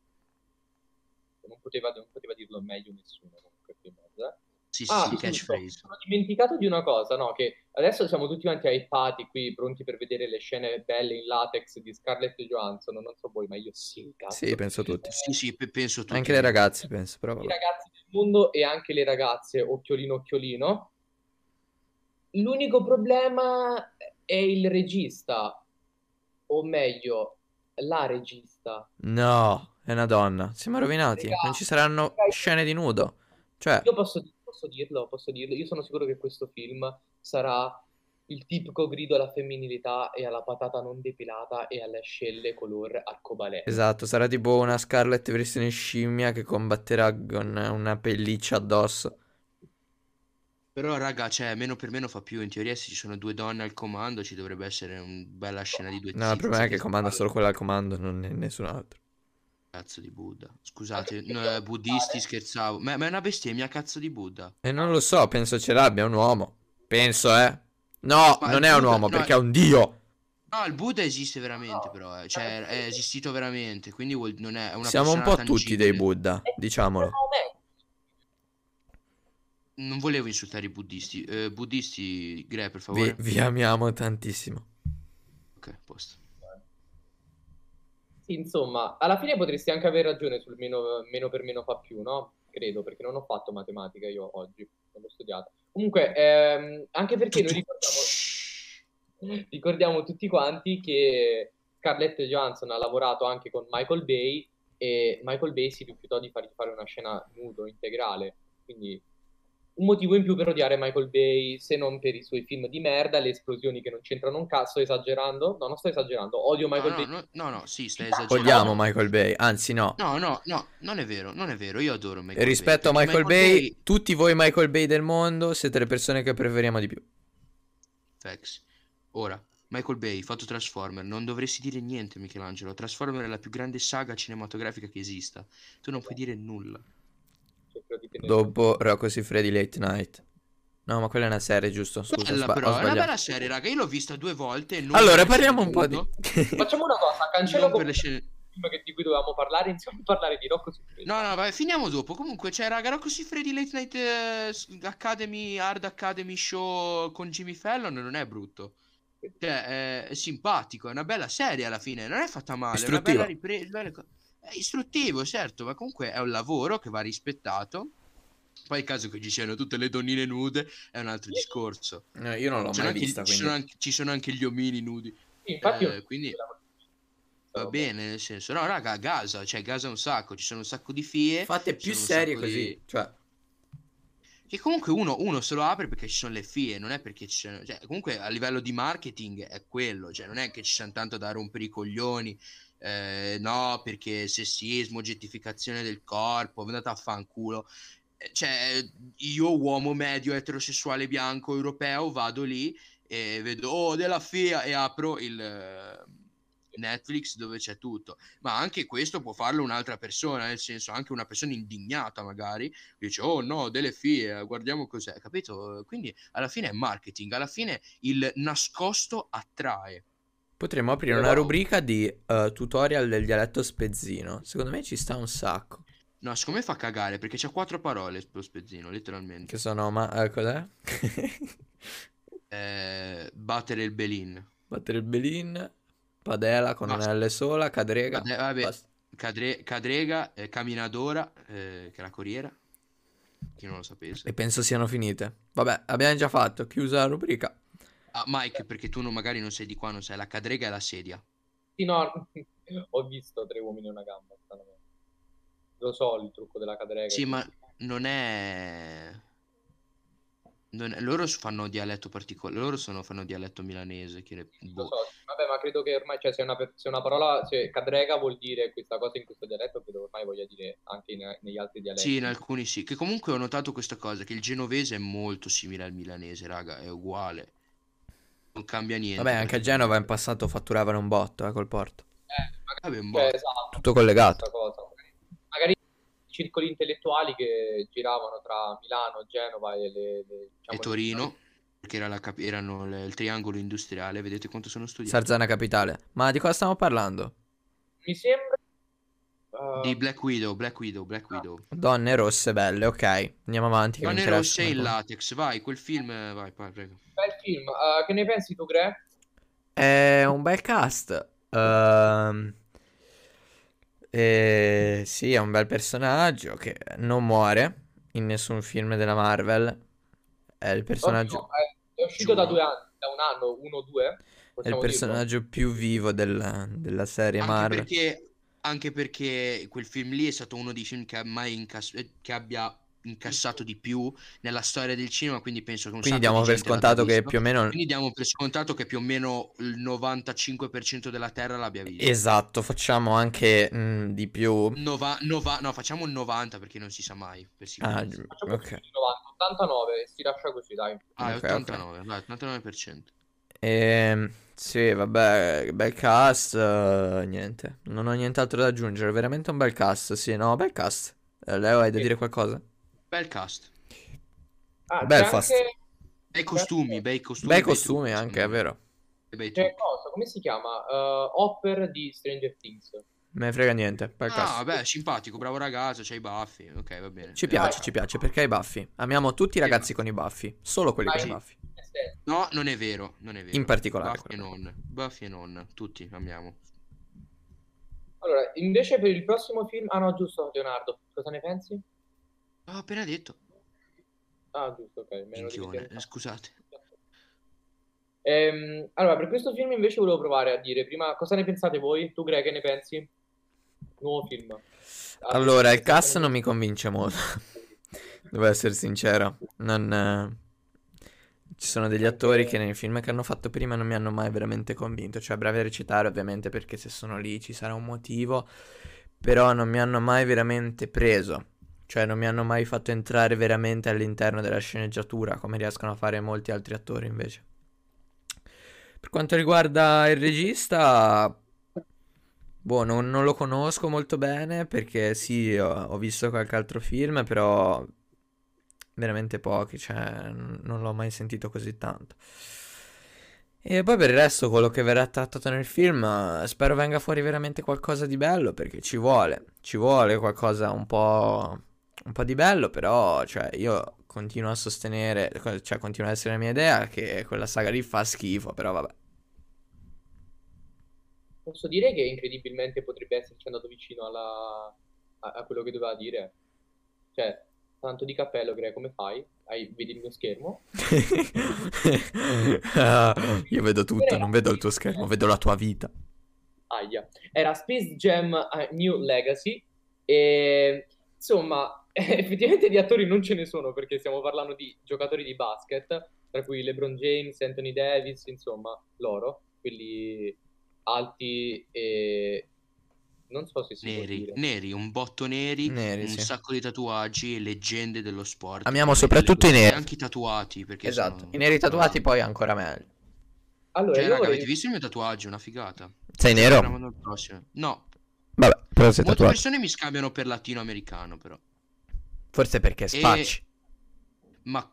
C: non, poteva, non poteva dirlo meglio nessuno comunque qui in mezzo, eh.
B: Sì, sì,
C: Ah,
B: sì,
C: giusto,
B: catchphrase.
C: sono dimenticato di una cosa, no? Che adesso siamo tutti quanti hypati qui, pronti per vedere le scene belle in latex di Scarlett Johansson. Non so voi, ma io sì, cazzo.
A: Sì, penso tutti.
B: Sì, sì, pe- penso tutti.
A: Anche le ragazze, penso, però
C: I
A: vabbè.
C: ragazzi del mondo e anche le ragazze, occhiolino, occhiolino. L'unico problema è il regista, o meglio, la regista.
A: No, è una donna. Siamo rovinati. Non ci saranno scene di nudo. Cioè,
C: Io posso, posso dirlo, posso dirlo. Io sono sicuro che questo film sarà il tipico grido alla femminilità e alla patata non depilata e alle ascelle color arcobaleno.
A: esatto, sarà tipo una Scarlett versione scimmia che combatterà con una pelliccia addosso.
B: Però, raga, cioè, meno per meno fa più. In teoria, se ci sono due donne al comando, ci dovrebbe essere una bella scena di due
A: No, il problema
B: tizi
A: è che
B: che
A: comanda
B: sparano.
A: solo quella al comando, non è nessun altro.
B: Cazzo di Buddha. Scusate, no, eh, buddisti, scherzavo. Ma, ma è una bestemmia, cazzo di Buddha.
A: E non lo so, penso ce l'abbia, è un uomo. Penso, eh. No,
B: Ma il
A: non è un
B: Buddha,
A: uomo,
B: no,
A: perché è un dio.
B: no, il Buddha esiste veramente, però, eh. Cioè, è esistito veramente, quindi vuol- non è è una
A: Siamo un
B: persona
A: po' tutti dei
B: tangibile.
A: Buddha, diciamolo.
B: Non volevo insultare i buddisti. Eh, buddisti, Gre, per
A: Vi,
B: favore.
A: vi amiamo tantissimo.
B: Ok, a posto.
C: Sì, insomma, alla fine potresti anche aver ragione sul meno, meno per meno fa più, no? Credo, perché non ho fatto matematica io oggi, non l'ho studiata. Comunque, ehm, anche perché noi ricordiamo, ricordiamo tutti quanti che Scarlett Johansson ha lavorato anche con Michael Bay e Michael Bay si rifiutò di fargli fare una scena nudo, integrale. Quindi un motivo in più per odiare Michael Bay, se non per i suoi film di merda, le esplosioni che non c'entrano un cazzo, sto esagerando? No, non sto esagerando, odio
B: No,
C: Michael
B: no,
C: Bay.
B: no, no, no, sì, stai
A: Odiamo
B: esagerando.
A: Michael Bay, anzi no.
B: No, no, no, non è vero, non è vero. Io adoro Michael Bay.
A: Rispetto a
B: Perché
A: Michael Bay, tutti voi Michael Bay del mondo siete le persone che preferiamo di più.
B: Facts. Ora, Michael Bay, fatto Transformer, non dovresti dire niente, Michelangelo. Transformer è la più grande saga cinematografica che esista. Tu non puoi dire nulla.
C: Cercherò di tenere-
A: Dopo Rocco Siffredi Late Night. No, ma quella è una serie, giusto? Scusa, ho
B: Bella
A: sba- ho
B: però, è una
A: sbagliato.
B: bella serie, raga. Io l'ho vista due volte. e non
A: Allora,
B: per le
A: parliamo
B: scene
A: un po' di...
B: nudo,
C: Facciamo una cosa, cancello
B: non per
C: con
B: le scene...
C: il film che- di cui dovevamo parlare, iniziamo a parlare di Rocco Siffredi.
B: No, no, vai, finiamo dopo. Comunque, c'è, raga, Rocco Siffredi Late Night eh, Academy, Hard Academy Show con Jimmy Fallon non è brutto. Cioè, è, è simpatico, è una bella serie alla fine, non è fatta male, è una bella
A: Istruttiva.
B: ripresa. È istruttivo, certo, ma comunque è un lavoro che va rispettato. Poi il caso che ci siano tutte le donnine nude è un altro discorso.
A: No, io non l'ho
B: Ci sono
A: mai
B: anche,
A: vista,
B: ci sono
A: quindi...
B: anche, ci sono anche gli omini nudi.
C: Sì, infatti
B: Eh, quindi va bene, nel senso, no, raga, Gaza, cioè Gaza un sacco, ci sono un sacco di fie.
A: Fate
B: ci
A: più
B: sono un
A: serie
B: sacco
A: così,
B: di-
A: cioè...
B: Che comunque uno, uno se lo apre perché ci sono le fie, non è perché ci sono... Cioè, comunque a livello di marketing è quello, cioè non è che ci siano tanto da rompere i coglioni, eh, no, perché sessismo, oggettificazione del corpo, andate a fanculo. Eh, Cioè, io uomo medio, eterosessuale, bianco, europeo, vado lì e vedo, oh, della fia, e apro il... eh, Netflix dove c'è tutto, ma anche questo può farlo un'altra persona, nel senso anche una persona indignata magari dice oh no delle fie guardiamo cos'è, capito? Quindi alla fine è marketing, alla fine il nascosto attrae.
A: Potremmo aprire una rubrica di eh, tutorial del dialetto spezzino. Secondo me ci sta un sacco.
B: No, secondo me fa cagare perché c'ha quattro parole lo spezzino letteralmente.
A: Che sono, ma eh, cos'è?
B: Eh, battere il belin.
A: Battere il belin, padela con
B: Basta.
A: una L sola, cadrega.
B: Vabbè, vabbè,
A: Basta.
B: Cadre- Cadrega, eh, Caminadora, eh, che è la corriera, chi non lo sapesse.
A: E penso siano finite. Vabbè, abbiamo già fatto, chiusa la rubrica.
B: Ah, Mike, perché tu non- magari non sei di qua, non sai, la cadrega è la sedia.
C: Sì, no, ho visto Tre uomini e una gamba, stranamente. Lo so il trucco della cadrega.
B: Sì, ma non è... non è- Loro fanno dialetto particolare, loro sono, fanno dialetto milanese, che ne-
C: Lo
B: boh.
C: so, vabbè, ma credo che ormai, cioè, se una, per- se una parola, se cadrega vuol dire questa cosa in questo dialetto, credo ormai voglia dire anche in- negli altri dialetti.
B: Sì, in alcuni sì. Che comunque ho notato questa cosa, che il genovese è molto simile al milanese, raga, è uguale. Non cambia niente.
A: Vabbè, anche a Genova in passato fatturavano un botto, eh, col porto.
C: Eh, magari,
B: Vabbè, un
C: cioè,
B: botto.
C: esatto,
A: Tutto collegato.
C: questa cosa. Magari i circoli intellettuali che giravano tra Milano, Genova e le, le- diciamo,
B: E Torino, perché era la cap- erano le- il triangolo industriale, vedete quanto sono studiati.
A: Sarzana Capitale. Ma di cosa stiamo parlando?
C: Mi sembra uh,
B: Di Black Widow, Black Widow, Black Widow.
A: Donne rosse belle, ok. Andiamo avanti che mi
B: Donne
A: interessa.
B: rosse in latex, vai, quel film, eh, vai, vai, prego.
C: bel film. Uh, che ne pensi tu, Gre?
A: È un bel cast. Ehm, eh, sì, è un bel personaggio che non muore in nessun film della Marvel. È il personaggio...
C: Oddio, è, è uscito da
B: Giuro.
C: due anni. da un anno, uno o due,
A: È il
C: possiamo dirlo?
A: personaggio più vivo del- della serie
B: Anche
A: Marvel.
B: perché, anche perché quel film lì è stato uno dei film che, ha mai incass- eh, che abbia incassato di più nella storia del cinema, quindi penso che un
A: Quindi
B: sacco
A: diamo
B: di
A: per
B: gente l'abbia
A: scontato che
B: visto.
A: più o meno...
B: Quindi diamo per scontato che più o meno il novantacinque per cento della Terra l'abbia visto.
A: Esatto, facciamo anche mh, di più.
B: Nova- nova- no, facciamo un novanta perché non si sa mai, per
A: Ah,
B: sicurezza.
A: gi-
C: Facciamo
A: ok.
C: il novanta, ottantanove, si lascia così, dai.
B: Ah, è
A: Ok, ok.
B: ottantanove, vai, ottantanove per cento.
A: Ehm, sì, vabbè, bel cast, eh, niente. Non ho nient'altro da aggiungere, veramente un bel cast, sì, no, bel cast. Eh, Leo, hai da
C: Sì.
A: dire qualcosa?
B: Bel cast.
C: Ah, c'è
A: Belfast.
C: anche...
B: Bei costumi, bei costumi.
A: Bei
B: bei
A: costumi
B: trucchi,
A: anche, è
B: secondo me.
A: vero.
B: E bei
C: C'è
B: trucchi.
C: cosa, come si chiama? Uh, Hopper di Stranger Things.
A: Me ne frega niente, bel
B: Ah,
A: cast.
B: vabbè, simpatico, bravo ragazzo, c'hai i baffi. Ok, va bene.
A: Ci
B: Eh,
A: piace,
B: vai.
A: ci piace, perché hai i baffi. Amiamo tutti i ragazzi con i baffi, solo quelli con i
C: Vai.
A: baffi.
C: Eh, sì.
B: No, non è vero, non è vero.
A: In particolare
B: Buffy e
A: quello.
B: non, Buffy e non, tutti amiamo.
C: Allora, invece per il prossimo film... Ah no, giusto, Leonardo. Cosa ne pensi?
B: Ho appena detto.
C: Ah, giusto, ok. me ne ero
B: Minchione,
C: dimenticato.
B: eh, scusate.
C: Ehm, allora, per questo film invece volevo provare a dire prima cosa ne pensate voi? Tu, Greg, che ne pensi? Nuovo film.
A: Allora, il cast non mi convince molto. Devo essere sincero. Non, eh, ci sono degli attori che nei film che hanno fatto prima non mi hanno mai veramente convinto. Cioè, bravi a recitare, ovviamente, perché se sono lì ci sarà un motivo. Però non mi hanno mai veramente preso. Cioè, non mi hanno mai fatto entrare veramente all'interno della sceneggiatura, come riescono a fare molti altri attori invece. Per quanto riguarda il regista, boh, non, non lo conosco molto bene perché sì, ho, ho visto qualche altro film, però veramente pochi, cioè n- non l'ho mai sentito così tanto. E poi per il resto, quello che verrà trattato nel film, eh, spero venga fuori veramente qualcosa di bello, perché ci vuole, ci vuole qualcosa un po', un po' di bello, però, cioè, io continuo a sostenere, cioè, continua ad essere la mia idea che quella saga lì fa schifo, però vabbè.
C: Posso dire che incredibilmente potrebbe esserci andato vicino alla... a, a quello che doveva dire. Cioè, tanto di cappello, Greg, come fai? Hai... Vedi il mio schermo?
A: Ah, io vedo tutto, non vedo il tuo schermo, vedo la tua vita.
C: Aia. Era Space Jam eh, New Legacy e insomma effettivamente di attori non ce ne sono perché stiamo parlando di giocatori di basket tra cui LeBron James, Anthony Davis, insomma loro, quelli alti e non so se si può
B: Neri,
C: dire.
B: neri, un botto neri,
A: Neri,
B: un
A: sì.
B: sacco di tatuaggi e leggende dello sport.
A: Amiamo
B: come
A: soprattutto
B: delle-
A: i neri.
B: E anche i tatuati, perché
A: Esatto,
B: sono...
A: i neri tatuati
B: sono-
A: poi ancora meglio.
C: Allora
B: Cioè,
C: io
B: raga,
C: vorrei...
B: avete visto il mio tatuaggio? Una figata.
A: Sei
B: Ci
A: nero?
B: parliamo al prossimo. No,
A: Vabbè, però sei
B: molte
A: tatuato.
B: persone mi scambiano per latinoamericano, però.
A: Forse perché spacci.
B: Ma...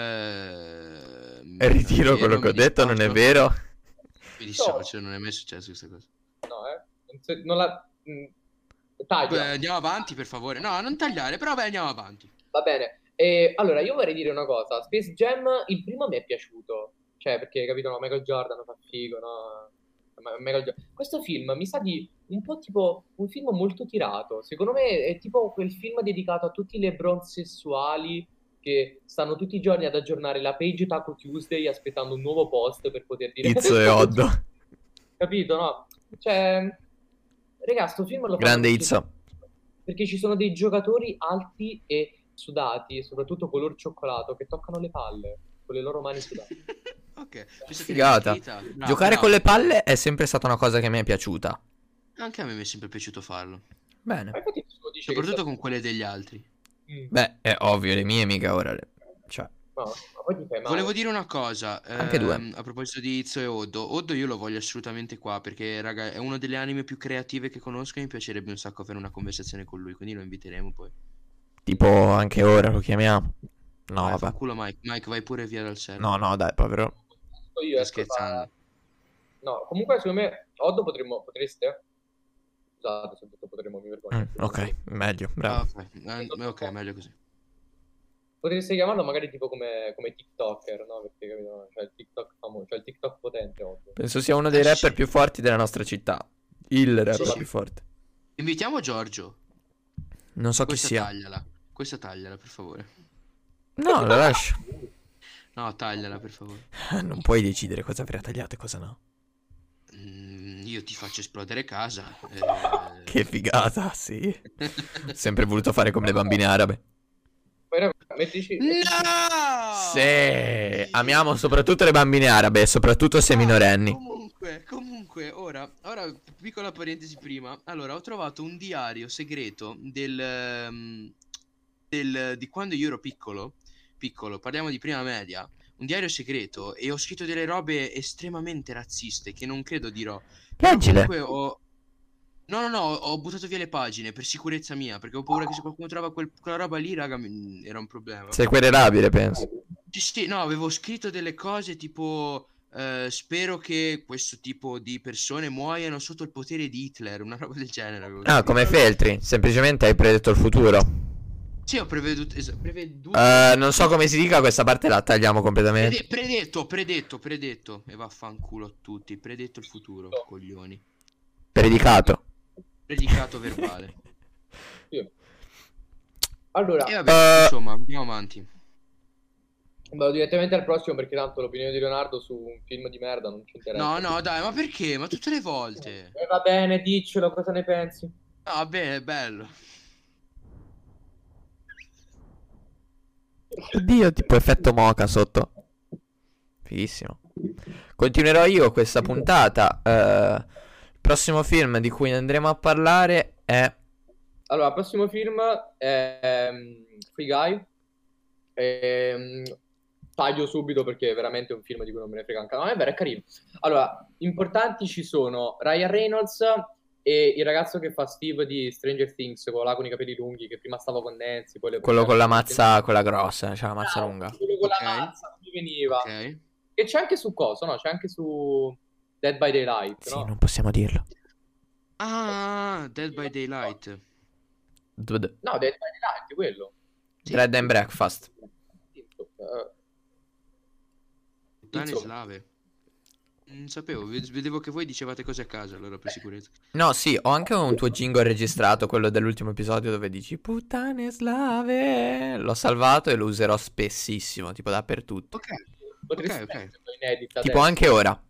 B: Eh...
A: E ritiro
B: non è
A: quello
B: vero,
A: che ho
B: mi
A: detto, non è
B: dissocio.
A: vero?
B: Mi dissocio, non è mai successo questa cosa.
C: No, eh? Non so- non la... mm, Taglia.
B: Beh, andiamo avanti, per favore. No, non tagliare, però beh, andiamo avanti.
C: Va bene. E, allora, io vorrei dire una cosa. Space Jam, il primo mi è piaciuto. Cioè, perché, capito, no, Michael Jordan fa figo, no? Ma- Michael Jo- Questo film mi sa di un po' tipo un film molto tirato. Secondo me è tipo quel film dedicato a tutti i LeBron sessuali che stanno tutti i giorni ad aggiornare la page Taco Tuesday aspettando un nuovo post per poter dire...
A: Izzo e Oddo.
C: Capito, no? Cioè... Raga, sto film lo fanno
A: Grande
C: perché-
A: Izzo.
C: perché ci sono dei giocatori alti e sudati, e soprattutto color cioccolato, che toccano le palle con le loro mani sudate.
B: Ok, penso che
A: Figata.
B: Nikita- bravo,
A: Giocare
B: bravo.
A: con le palle è sempre stata una cosa che mi è piaciuta.
B: Anche a me mi è sempre piaciuto farlo.
C: Ma
A: Bene.
C: infatti nessuno dice che
B: Soprattutto
C: sia-
B: con quelle degli altri.
C: Mm,
A: Beh, è ovvio, le mie mica ora. le- Cioè,
C: no, ma poi ti fai male.
B: Volevo dire una cosa,
A: Anche due.
B: ehm, a proposito di Izzo e Oddo. Oddo io lo voglio assolutamente qua perché, raga, è una delle anime più creative che conosco e mi piacerebbe un sacco avere una conversazione con lui, quindi lo inviteremo poi.
A: tipo anche ora lo chiamiamo. No,
B: Vai,
A: vabbè.
B: fanculo Mike. Mike, vai pure via dal server.
A: No, no, dai, povero.
C: Io,
B: Sto
C: ecco,
B: scherzando.
C: fa- No, comunque secondo me Oddo potremmo, potreste? Scusate, se ho detto potremmo, mi vergogno.
A: Mm, ok, meglio,
B: Ah,
A: bravo.
B: ok, Eh, ok, meglio così.
C: Potreste chiamarlo magari tipo come, come TikToker, no? Perché capito? Cioè il TikTok famoso, cioè il TikTok potente, Oddo.
A: Penso sia uno dei
B: Eh,
A: rapper
B: sì.
A: più forti della nostra città. Il rapper
C: Sì.
A: più forte.
B: Invitiamo Giorgio.
A: Non so chi
B: Questa
A: sia.
B: tagliala. Questa tagliala, per favore.
A: No, la lascio.
B: No, tagliala per favore.
A: Non puoi decidere cosa verrà tagliato e cosa no.
B: Mm, io ti faccio esplodere casa.
A: Che
B: eh.
A: figata, sì. Ho sempre voluto fare come le bambine arabe.
C: Poi raga, mettici... mettici-
B: No!
A: Sì, amiamo soprattutto le bambine arabe, soprattutto se
B: Ah,
A: minorenni.
B: comunque, comunque, ora, ora, piccola parentesi prima. Allora, ho trovato un diario segreto del, ehm, del- di quando io ero piccolo, piccolo, parliamo di prima media, un diario segreto e ho scritto delle robe estremamente razziste che non credo dirò. Però
A: Leggile.
B: comunque ho... No, no, no, ho ho buttato via le pagine per sicurezza mia, perché ho paura che se qualcuno trova quel- quella roba lì, raga, mi- era un problema.
A: Sei querelabile, penso.
B: Sì, sì, no, avevo scritto delle cose tipo eh, spero che questo tipo di persone muoiano sotto il potere di Hitler, una roba del genere avevo
A: Ah,
B: scritto.
A: come Feltri, semplicemente hai predetto il futuro.
B: Sì, ho preveduto, es- preveduto
A: Eh, non so come si dica, questa parte la tagliamo completamente.
B: prede- predetto, predetto, predetto e vaffanculo a tutti, predetto il futuro, coglioni.
A: Predicato.
B: Predicato verbale.
C: Sì. Allora,
B: E vabbè,
A: Eh.
B: insomma, andiamo avanti.
C: vado direttamente al prossimo perché tanto l'opinione di Leonardo su un film di merda non ci interessa.
B: No, no, dai, ma perché? Ma tutte le volte.
C: Eh, va bene, diccelo, cosa ne pensi?
B: No, va bene, è bello.
A: Oddio, tipo effetto moca sotto. Fighissimo. Continuerò io questa puntata. Eh, il prossimo film di cui andremo a parlare è...
C: Allora, il prossimo film è um, Free Guy. Ehm, taglio subito perché è veramente un film di cui non me ne frega anche. No, è vero, è carino. Allora, importanti ci sono Ryan Reynolds e il ragazzo che fa Steve di Stranger Things, quello là con i capelli lunghi, che prima stava con Nancy, poi le
A: Quello con la mazza, quella grossa, cioè la mazza
C: Ah,
A: lunga.
C: quello con
B: Ok.
C: la mazza, mi veniva.
B: Ok.
C: E c'è anche su cosa, no? C'è anche su Dead by Daylight,
A: Sì,
C: no?
A: non possiamo dirlo.
B: Ah, Dead by Daylight.
A: D- d-
C: No, Dead by Daylight, quello.
B: Sì.
A: Bread and breakfast.
C: Eh,
B: Puttane
C: Insomma.
B: slave. Non sapevo, ved- vedevo che voi dicevate cose a caso, allora per sicurezza.
A: No, sì, ho anche un tuo jingle registrato, quello dell'ultimo episodio dove dici puttane slave. L'ho salvato e lo userò spessissimo, tipo dappertutto.
B: Ok,
C: Potresti
B: ok, ok.
C: metterlo in edit
A: Tipo
C: adesso.
A: anche ora.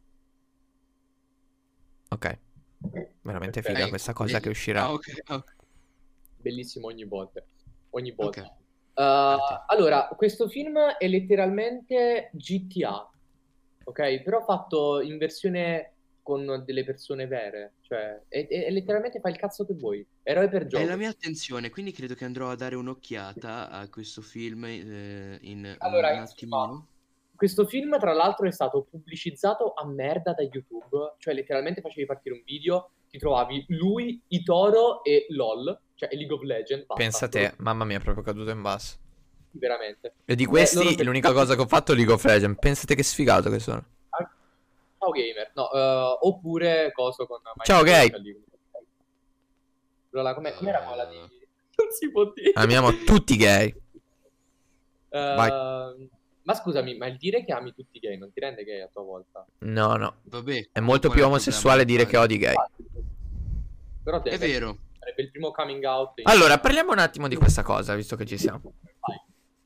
A: Ok, veramente
C: Perfetto.
A: figa questa cosa che uscirà.
B: Ah, ok, ok.
C: Bellissimo ogni volta. Ogni volta.
B: Ok.
C: Uh, allora, questo film è letteralmente G T A, ok? Però fatto in versione con delle persone vere, cioè è, è- è letteralmente fai il cazzo che vuoi, eroe per
B: È
C: gioco.
B: la mia attenzione, quindi credo che andrò a dare un'occhiata a questo film eh, in
C: Allora,
B: un attimino.
C: questo film tra l'altro è stato pubblicizzato a merda da YouTube, cioè letteralmente facevi partire un video, ti trovavi lui, Itoro e LOL, cioè League of Legends, basta.
A: Pensa a te, mamma mia, è proprio caduto in basso.
C: Veramente.
A: E di
C: Eh,
A: questi,
C: loro per-
A: l'unica cosa che ho fatto è League of Legends. Pensate che sfigato che sono.
C: Ciao gamer, no, eh, oppure coso con
A: Ciao, gay.
C: Allora, com'è- com'era quella di...
B: Eh.
C: Non si può dire.
A: Amiamo tutti gay.
C: Eh,
A: Vai.
C: ma scusami, ma il dire che ami tutti i gay non ti rende gay a tua volta?
A: No, no.
B: Vabbè,
A: È molto
B: qual
A: più
B: il
A: omosessuale
B: problema?
A: dire che odi gay.
C: Però
B: È vero.
C: sarebbe il primo coming out. in-
A: Allora, parliamo un attimo di questa cosa, visto che ci siamo.
C: Vai.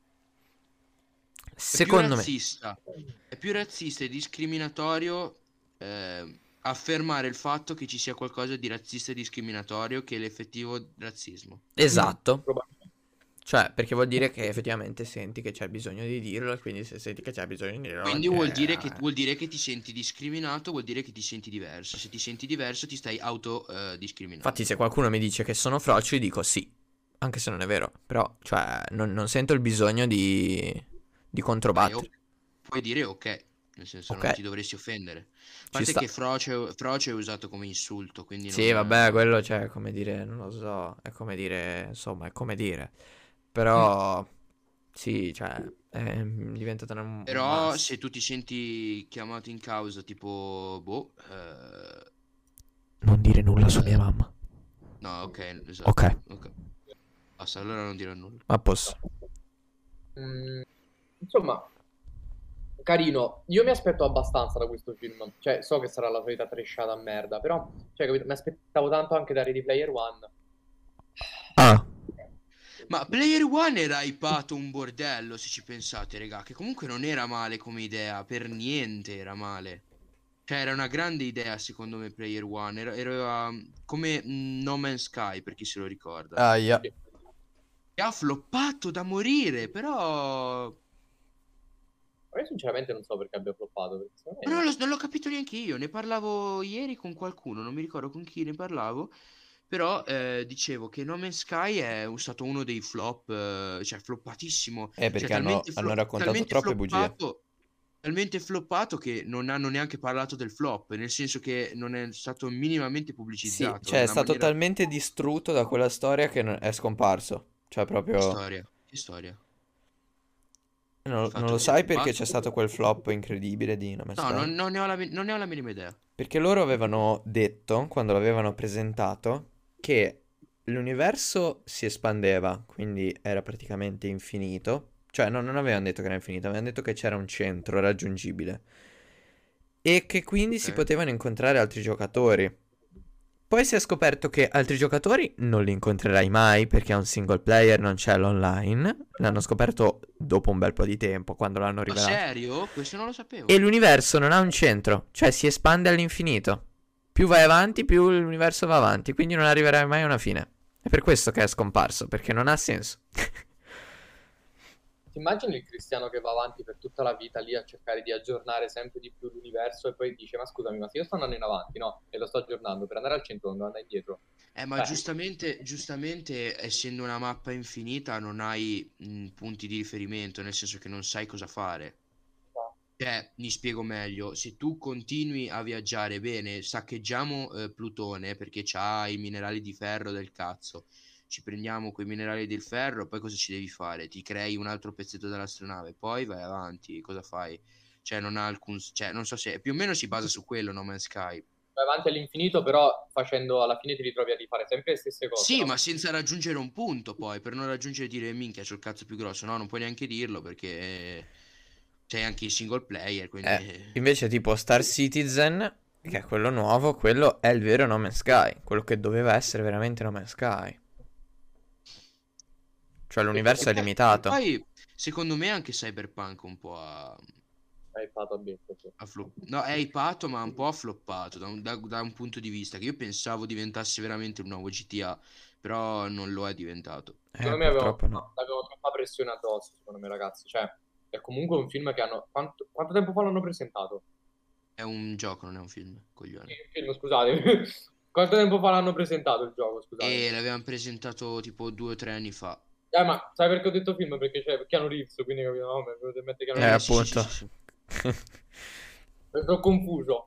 B: È
A: Secondo
B: più
A: me,
B: razzista. È più razzista e discriminatorio eh, affermare il fatto che ci sia qualcosa di razzista e discriminatorio che l'effettivo razzismo.
A: esatto.
C: Probabilmente.
A: Cioè, perché vuol dire che effettivamente senti che c'è bisogno di dirlo, e quindi se senti che c'è bisogno di dirlo...
B: Quindi
A: eh,
B: vuol dire che, vuol dire che ti senti discriminato, vuol dire che ti senti diverso. Se ti senti diverso ti stai auto eh, discriminando.
A: Infatti, se qualcuno mi dice che sono frocio, gli dico sì. Anche se non è vero. Però, cioè, non, non sento il bisogno di, di
B: Vai,
A: controbattere.
B: ok. Puoi dire ok, nel senso
A: Ok.
B: non ti dovresti offendere. A parte
A: sta.
B: che frocio, frocio è usato come insulto, quindi
A: Sì,
B: non-
A: vabbè, quello c'è, come dire, non lo so, è come dire, insomma, è come dire. Però, sì, cioè, è diventato un...
B: Però
A: un
B: se tu ti senti chiamato in causa, tipo, boh, eh,
A: Non dire nulla su mia mamma.
B: no, ok, esatto.
A: Ok,
B: ok. Basta, allora non dirò nulla.
A: ma posso.
C: Mm, insomma, carino. Io mi aspetto abbastanza da questo film. Cioè, so che sarà la solita tresciata a merda, però, cioè, capito? Mi aspettavo tanto anche da Ready Player One.
A: Ah,
B: Ma Player One era hypato un bordello, se ci pensate, raga, che comunque non era male come idea, per niente era male. Cioè, era una grande idea, secondo me, Player One. Era, era, um, come mm, No Man's Sky, per chi se lo ricorda.
A: Aia.
B: E ha floppato da morire, però...
C: Ma io sinceramente non so perché abbia floppato. Perché secondo me-
B: Ma non l'ho, non l'ho capito neanche io. Ne parlavo ieri con qualcuno, non mi ricordo con chi ne parlavo. Però eh, dicevo che No Man's Sky è un- stato uno dei flop, eh, cioè floppatissimo.
A: Eh,
B: Cioè,
A: perché hanno,
B: talmente,
A: hanno
B: flo-
A: raccontato
B: talmente
A: troppe bugie.
B: floppato, talmente floppato che non hanno neanche parlato del flop, nel senso che non è stato minimamente
A: Sì,
B: pubblicizzato
A: cioè è
B: nella
A: stato
B: maniera...
A: talmente distrutto da quella storia che non- è scomparso. Cioè
B: Che
A: proprio...
B: storia, che storia. Il
A: Non, non
B: fatto
A: lo
B: che è
A: sai perché c'è
B: floppato?
A: stato quel flop incredibile di No Man's
B: No,
A: Sky?
B: non, non ne ho la, mi- non ne ho la minima idea.
A: Perché loro avevano detto, quando l'avevano presentato, che l'universo si espandeva, quindi era praticamente infinito. Cioè, no, non avevano detto che era infinito, avevano detto che c'era un centro raggiungibile. E che quindi si
B: Ok.
A: potevano incontrare altri giocatori. Poi si è scoperto che altri giocatori non li incontrerai mai perché è un single player, non c'è l'online. L'hanno scoperto dopo un bel po' di tempo, quando l'hanno
B: Ma
A: rivelato.
B: serio? Questo non lo sapevo.
A: E l'universo non ha un centro, cioè si espande all'infinito. Più vai avanti, più l'universo va avanti, quindi non arriverai mai a una fine. È per questo che è scomparso, perché non ha senso.
C: Ti immagini il cristiano che va avanti per tutta la vita lì a cercare di aggiornare sempre di più l'universo e poi dice: ma scusami, ma se io sto andando in avanti, no? E lo sto aggiornando per andare al centro, non devo andare indietro.
B: Eh, ma
C: Eh,
B: giustamente, giustamente, essendo una mappa infinita, non hai mh, punti di riferimento, nel senso che non sai cosa fare. Cioè, mi spiego meglio, se tu continui a viaggiare bene, saccheggiamo eh, Plutone perché c'ha i minerali di ferro del cazzo, ci prendiamo quei minerali del ferro, poi cosa ci devi fare? Ti crei un altro pezzetto dell'astronave, poi vai avanti, cosa fai? Cioè, non ha alcun... Cioè, non so se... Più o meno si basa su quello, No Man's Sky.
C: vai avanti all'infinito, però facendo alla fine ti ritrovi a rifare sempre le stesse cose,
B: Sì,
C: no?
B: ma senza raggiungere un punto poi, per non raggiungere e dire minchia, c'ho il cazzo più grosso, no, non puoi neanche dirlo perché c'è anche il single player, quindi...
A: Eh, invece tipo Star Citizen, che è quello nuovo, quello è il vero No Man's Sky, quello che doveva essere veramente No Man's Sky. Cioè l'universo è
B: E poi, e
A: limitato.
B: poi, secondo me anche Cyberpunk un po' ha,
C: Hai fatto a becco, sì.
B: ha flop- no, è hypato, ma un po' ha floppato da un, da- da un punto di vista che io pensavo diventasse veramente un nuovo G T A, però non lo è diventato.
A: Eh,
C: Secondo me avevano,
A: purtroppo no.
C: avevano troppa pressione addosso, secondo me, ragazzi. Cioè, è comunque un film che hanno... Quanto, quanto tempo fa l'hanno presentato?
B: È un gioco, non è un film,
C: Sì,
B: coglione.
C: il film, scusate. Quanto tempo fa l'hanno presentato il gioco, scusate?
B: E l'avevamo presentato tipo due o tre anni fa.
C: Eh, ma sai perché ho detto film? Perché c'è Keanu Reeves, quindi capito? No, mi è venuto in mente Keanu
A: Eh,
B: Eh,
C: Reeves.
B: sì, sì, sì,
A: appunto.
B: sì, sì.
C: Mi sono confuso.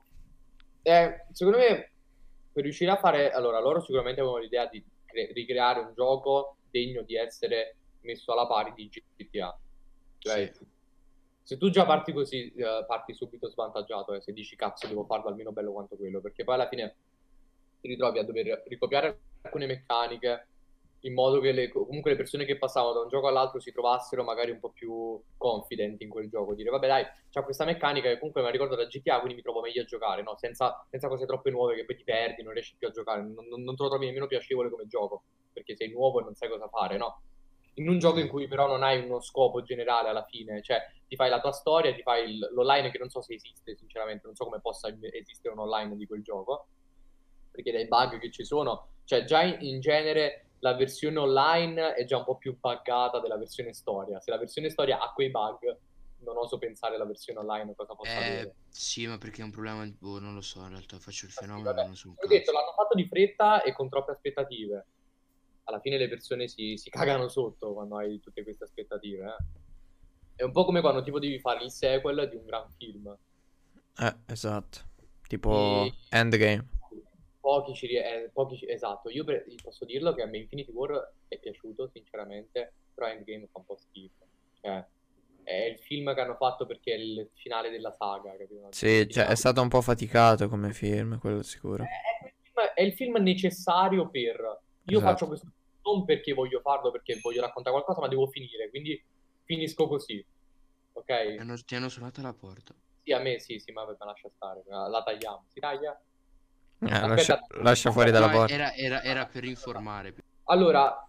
C: Eh, secondo me, per riuscire a fare... Allora, loro sicuramente avevano l'idea di cre- ricreare un gioco degno di essere messo alla pari di G T A. Cioè,
B: Sì.
C: se tu già parti così, eh, parti subito svantaggiato, eh, se dici cazzo devo farlo almeno bello quanto quello, perché poi alla fine ti ritrovi a dover ricopiare alcune meccaniche in modo che le, comunque le persone che passavano da un gioco all'altro si trovassero magari un po' più confident in quel gioco, dire vabbè dai, c'è questa meccanica che comunque me la ricordo da G T A, quindi mi trovo meglio a giocare, no? Senza, senza cose troppe nuove che poi ti perdi, non riesci più a giocare, non, non, non te lo trovi nemmeno piacevole come gioco, perché sei nuovo e non sai cosa fare, no? In un gioco in cui però non hai uno scopo generale alla fine, cioè ti fai la tua storia, ti fai il- l'online che non so se esiste sinceramente, non so come possa esistere un online di quel gioco, perché dai bug che ci sono, cioè già in, in genere la versione online è già un po' più buggata della versione storia. Se la versione storia ha quei bug, non oso pensare la versione online cosa possa
B: Eh,
C: avere.
B: sì, ma perché è un problema, boh, non lo so, in realtà faccio il
C: Ma sì,
B: fenomeno, ma
C: vabbè.
B: non so un
C: Come detto,
B: cazzo.
C: l'hanno fatto di fretta e con troppe aspettative. Alla fine le persone si, si cagano sotto quando hai tutte queste aspettative. Eh. È un po' come quando tipo devi fare il sequel di un gran film.
A: Eh, esatto. Tipo
C: E
A: Endgame.
C: pochi ci, rie- eh, pochi ci- esatto, io per- posso dirlo che a me Infinity War è piaciuto sinceramente, però Endgame fa un po' schifo. Cioè, è il film che hanno fatto perché è il finale della saga, capito?
A: Sì,
C: Il
A: cioè è
C: finale.
A: stato un po' faticato come film, quello sicuro.
C: È, quel film- è il film necessario per... Io faccio
A: Esatto.
C: questo non perché voglio farlo, perché voglio raccontare qualcosa, ma devo finire, quindi finisco così, ok?
B: Ti hanno, ti hanno suonato alla porta.
C: Sì, a me sì, sì, ma vabbè, lascia stare, la la tagliamo, si taglia?
A: Eh,
C: Aspetta,
A: lascia, lascia fuori dalla
B: No,
A: porta.
B: era, era, era per informare.
C: allora,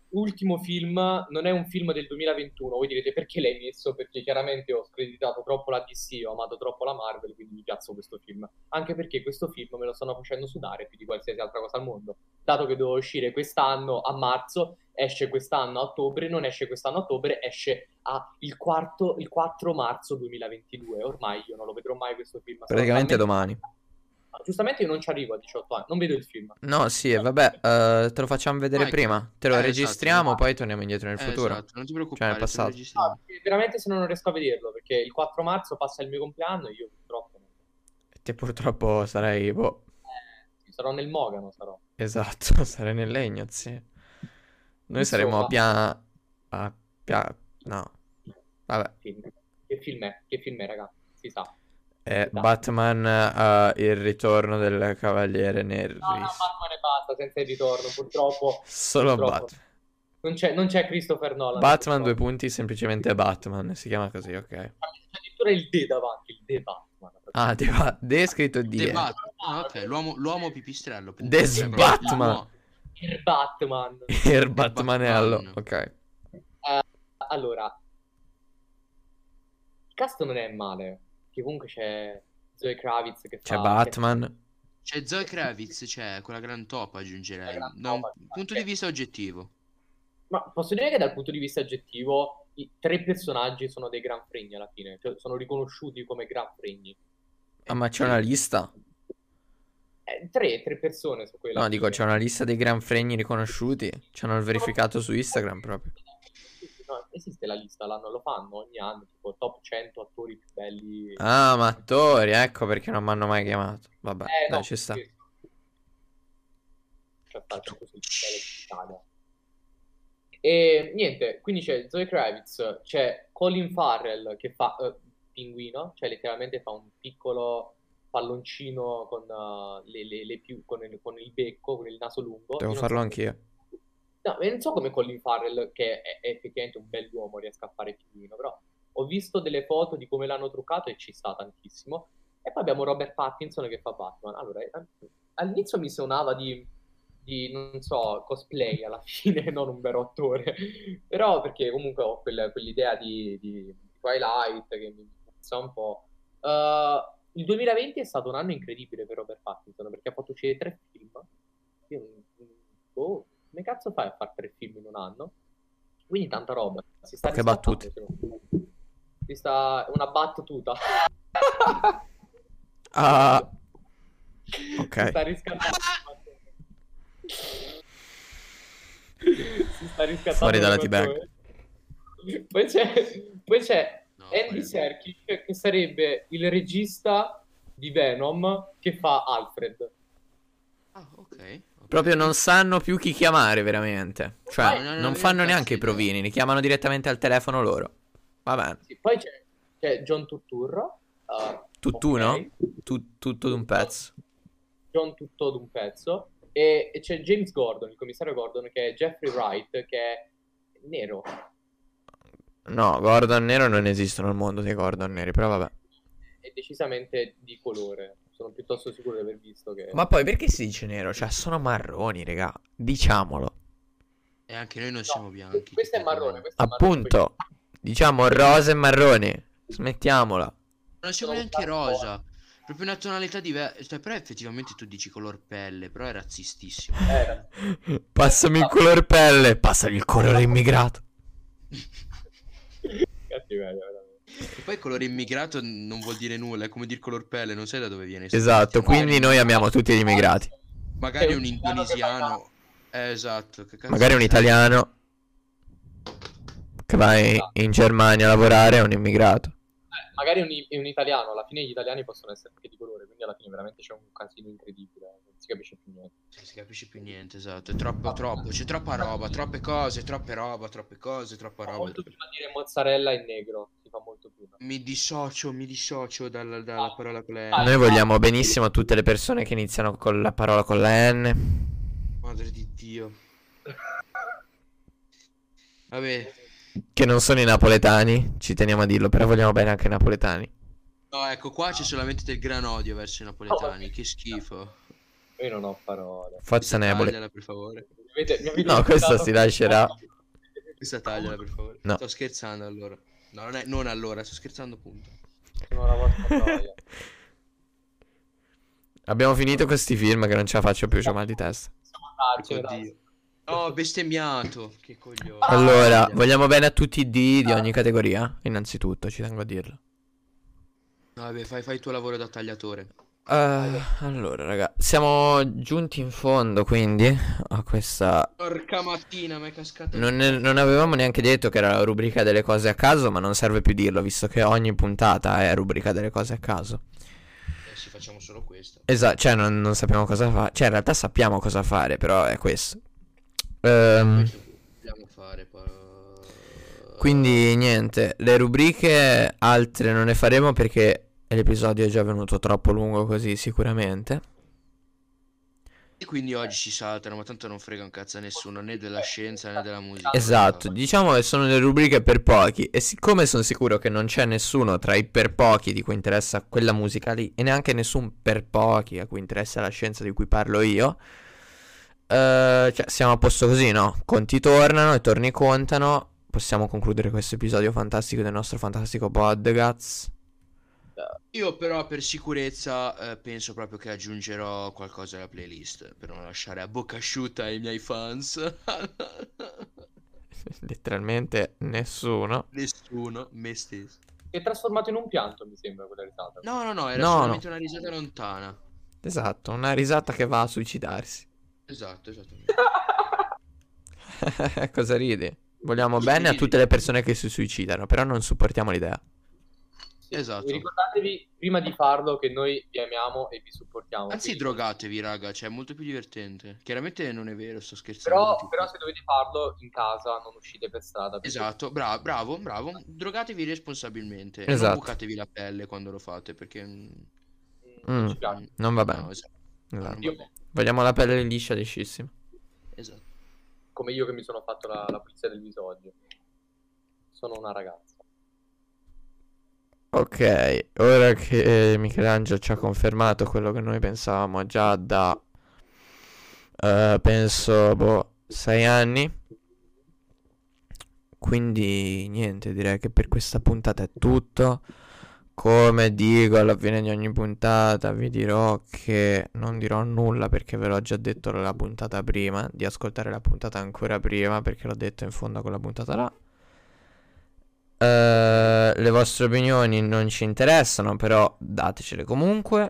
C: ultimo film non è un film del duemilaventuno. Voi direte perché l'hai messo? Perché chiaramente ho screditato troppo la D C, ho amato troppo la Marvel, quindi mi piazzo questo film. Anche perché questo film me lo stanno facendo sudare più di qualsiasi altra cosa al mondo. Dato che doveva uscire quest'anno a marzo, esce quest'anno a ottobre, non esce quest'anno a ottobre, esce a il, quarto, il quattro marzo duemilaventidue. Ormai io non lo vedrò mai questo film. Sarò
A: Praticamente
C: talmente-
A: domani.
C: Giustamente io non ci arrivo a diciotto anni, non vedo il film.
A: No, sì, e vabbè, eh, te lo facciamo vedere
B: Vai,
A: prima. Te lo
B: eh, esatto,
A: registriamo,
B: vai.
A: poi torniamo indietro nel
B: Eh,
A: futuro.
B: esatto, non ti
A: Cioè,
B: preoccupare,
A: nel
B: te lo
A: passato.
B: registriamo.
C: No, perché veramente se no non riesco a vederlo, perché il quattro marzo passa il mio compleanno e io purtroppo non-
A: E te purtroppo sarai, boh,
C: eh, sì, sarò nel Mogano, sarò.
A: esatto, sarai nel legno, sì. Noi saremo a
C: Insomma.
A: Pia... a Pia... no, vabbè.
C: Film. Che film è? Che film è, raga? Si sa.
A: È
C: Dai.
A: Batman, eh, il ritorno del Cavaliere Nero.
C: No, no, Batman e basta, senza il ritorno, purtroppo.
A: Solo
C: purtroppo.
A: Batman.
C: Non c'è, non c'è Christopher Nolan.
A: Batman, due
C: purtroppo.
A: punti, semplicemente Batman. Si chiama così, ok.
C: C'è addirittura il D davanti, il D Batman.
A: Ah, De, Ba- De è scritto D.
B: The
A: eh.
B: Batman. Ah, ok, l'uomo, l'uomo pipistrello. punto.
A: Des
B: Però-
A: Batman.
B: no,
C: Il Batman.
A: Il Batmanello,
B: Batman.
A: ok.
C: Allora, il cast non è male. Che comunque c'è Zoe Kravitz che fa...
A: C'è Batman.
B: C'è Zoe Kravitz, c'è quella gran top, aggiungerei.
C: La gran
B: Da un
C: top,
B: punto
C: ok.
B: di vista oggettivo.
C: Ma posso dire che dal punto di vista oggettivo i tre personaggi sono dei gran fregni alla fine, cioè sono riconosciuti come gran fregni.
A: Ah, ma c'è una lista?
C: Eh, tre, tre persone su quella.
A: No, dico, c'è una lista dei gran fregni riconosciuti. Ci hanno verificato su Instagram proprio.
C: No, esiste la lista, l'anno lo fanno ogni anno, tipo top cento attori più belli.
A: Ah, ma attori, ecco perché non mi hanno mai chiamato. Vabbè,
C: Eh,
A: dai,
C: no,
A: ci sta.
C: sì. Cioè, sta c'è così l'Italia. E niente, quindi c'è Zoe Kravitz, c'è Colin Farrell che fa eh, pinguino, cioè letteralmente fa un piccolo palloncino con, eh, le, le- le più, con, il, con il becco, con il naso lungo.
A: Devo
C: Io non
A: farlo
C: so-
A: anch'io.
C: No, io non so come Colin Farrell, che è, è effettivamente un bell'uomo, riesca a fare pinguino, però ho visto delle foto di come l'hanno truccato e ci sta tantissimo. E poi abbiamo Robert Pattinson che fa Batman. Allora, eh, all'inizio mi suonava di, di, non so, cosplay alla fine, non un vero attore. Però perché comunque ho quel- quell'idea di, di Twilight che mi puzza un po'. Uh, il duemilaventi è stato un anno incredibile per Robert Pattinson perché ha fatto uscire tre film. Io, non- boh, come cazzo fai a fare tre film in un anno? Quindi tanta roba. Si sta
A: Poche
C: riscattando,
A: battute.
C: secondo me. Si sta una battuta.
A: Ah,
C: Si
A: ok.
C: sta riscattando. Si sta riscattando.
A: Fuori dalla
C: come
A: T-Bag.
C: attore. Poi c'è, poi c'è
B: No,
C: Andy
B: quello-
C: Serkis che sarebbe il regista di Venom che fa Alfred.
B: Ah, ok.
A: Proprio non sanno più chi chiamare veramente. Cioè,
B: No, no, no,
A: non
B: io
A: fanno
B: cazzo
A: neanche i
B: di idea.
A: provini, li chiamano direttamente al telefono loro. Va bene.
C: Sì, poi c'è, c'è John Turturro. uh,
A: Tutt'uno?
C: ok.
A: Tu- tutto d'un pezzo.
C: John tutto d'un pezzo. E, e c'è James Gordon, il commissario Gordon, che è Jeffrey Wright, che è nero.
A: No, Gordon nero non esistono al mondo dei Gordon neri, però vabbè.
C: È decisamente di colore. Sono piuttosto sicuro di aver visto che...
A: Ma poi perché si dice nero? Cioè, sono marroni, raga. Diciamolo.
B: E anche noi non
C: No,
B: siamo bianchi.
C: questo è marrone. Questo è marrone,
A: Appunto. Diciamo rose e marroni. Smettiamola.
B: Non siamo
C: sono
B: neanche
C: un
B: rosa. Proprio una tonalità diversa. Cioè, però effettivamente tu dici color pelle, però è razzistissimo.
C: Eh,
A: Passami il color pelle. Passami il colore immigrato.
C: cattiveria, veramente.
B: E poi colore immigrato non vuol dire nulla, è come dire color pelle, non sai da dove viene.
A: Esatto, quindi noi amiamo tutti gli immigrati.
B: Magari
C: È
B: un
C: un italiano che
B: indonesiano. Eh, esatto. Che cazzo
A: Magari un
B: è?
A: italiano che va in, in Germania a lavorare è un immigrato.
C: Eh, magari un, i- un italiano, alla fine gli italiani possono essere anche di colore, quindi alla fine veramente c'è un casino incredibile, non si capisce più niente.
B: Non si capisce più niente, esatto. È troppo, troppo. C'è troppa roba, troppe cose, troppe roba, troppe cose, troppa
C: Fa
B: roba.
C: molto prima dire mozzarella in negro, si fa molto prima.
B: Mi dissocio, mi dissocio dal- dalla parola con le N.
A: Noi vogliamo benissimo tutte le persone che iniziano con la parola con la N.
B: Madre di Dio. Vabbè.
A: Che non sono i napoletani, ci teniamo a dirlo, però vogliamo bene anche i napoletani.
B: No, ecco, qua c'è solamente del gran odio verso i napoletani. Che schifo.
C: Io non ho parole.
A: Forza Nebole.
B: Tagliala, per favore.
C: Avete- mi avete
A: No, questa
C: ricordato-
A: si lascerà.
B: Questa tagliala, per favore.
A: No.
B: Sto scherzando allora. No, non, è, non allora, sto scherzando appunto.
C: Sono la vostra gioia.
A: Abbiamo finito questi film che non ce la faccio più, c'ho mal di testa.
C: Siamo andati,
B: Ecco,
C: dai.
B: Dio. Oh, bestemmiato. Che coglione.
A: Allora,
B: Voglia.
A: vogliamo bene a tutti i D di ogni categoria? Innanzitutto, ci tengo a dirlo.
B: Vabbè, fai, fai il tuo lavoro da tagliatore.
A: Eh, allora, raga, siamo giunti in fondo, quindi, a questa...
B: Porca mattina, mi è cascata.
A: Non, ne- non avevamo neanche detto che era la rubrica delle cose a caso, ma non serve più dirlo, visto che ogni puntata è rubrica delle cose a caso.
B: Eh sì, facciamo solo questo.
A: Esatto, cioè non, non sappiamo cosa fare. Cioè, in realtà sappiamo cosa fare, però è questo. Ehm,
B: Questo dobbiamo fare poi.
A: quindi, niente, le rubriche altre non ne faremo perché l'episodio è già venuto troppo lungo così, sicuramente.
B: E quindi oggi si saltano, ma tanto non frega un cazzo a nessuno, né della scienza né della musica.
A: Esatto, diciamo che sono le rubriche per pochi e siccome sono sicuro che non c'è nessuno tra i per pochi di cui interessa quella musica lì e neanche nessun per pochi a cui interessa la scienza di cui parlo io, eh, cioè siamo a posto così, no? Conti tornano, i torni contano, possiamo concludere questo episodio fantastico del nostro fantastico podcast.
B: Io però per sicurezza eh, penso proprio che aggiungerò qualcosa alla playlist per non lasciare a bocca asciutta ai miei fans.
A: Letteralmente nessuno.
B: Nessuno, me stesso.
C: Si è trasformato in un pianto, mi sembra, quella risata.
B: No, no, no, era
A: No,
B: solamente
A: no.
B: una risata lontana.
A: Esatto, una risata che va a suicidarsi.
B: Esatto, esattamente.
A: Cosa ridi? Vogliamo bene a tutte le persone che si suicidano, però non supportiamo l'idea.
C: Sì.
B: Esatto.
C: E ricordatevi prima di farlo che noi vi amiamo e vi supportiamo.
B: Anzi,
C: Quindi-
B: drogatevi, raga, cioè è molto più divertente. Chiaramente non è vero, sto scherzando.
C: Però,
B: tipo-
C: però se dovete farlo in casa, non uscite per strada. perché-
B: Esatto, bra- bravo, bravo. Drogatevi responsabilmente. E
A: Esatto.
B: non bucatevi la pelle quando lo fate, perché... mm,
C: Non
A: Mm.
C: ci piace.
A: Non va bene.
B: No, esatto.
A: Esatto.
B: Non
C: Io-
B: va bene.
A: Vogliamo la pelle liscia, liscissima.
B: Esatto.
C: Come io che mi sono fatto la, la pulizia del viso oggi. Sono una ragazza.
A: Ok, ora che eh, Michelangelo ci ha confermato quello che noi pensavamo già da, eh, penso, boh, sei anni. Quindi niente, direi che per questa puntata è tutto. Come dico alla fine di ogni puntata, vi dirò che non dirò nulla perché ve l'ho già detto la puntata prima, di ascoltare la puntata ancora prima perché l'ho detto in fondo a quella puntata là. Eh, le vostre opinioni non ci interessano, però datecele comunque.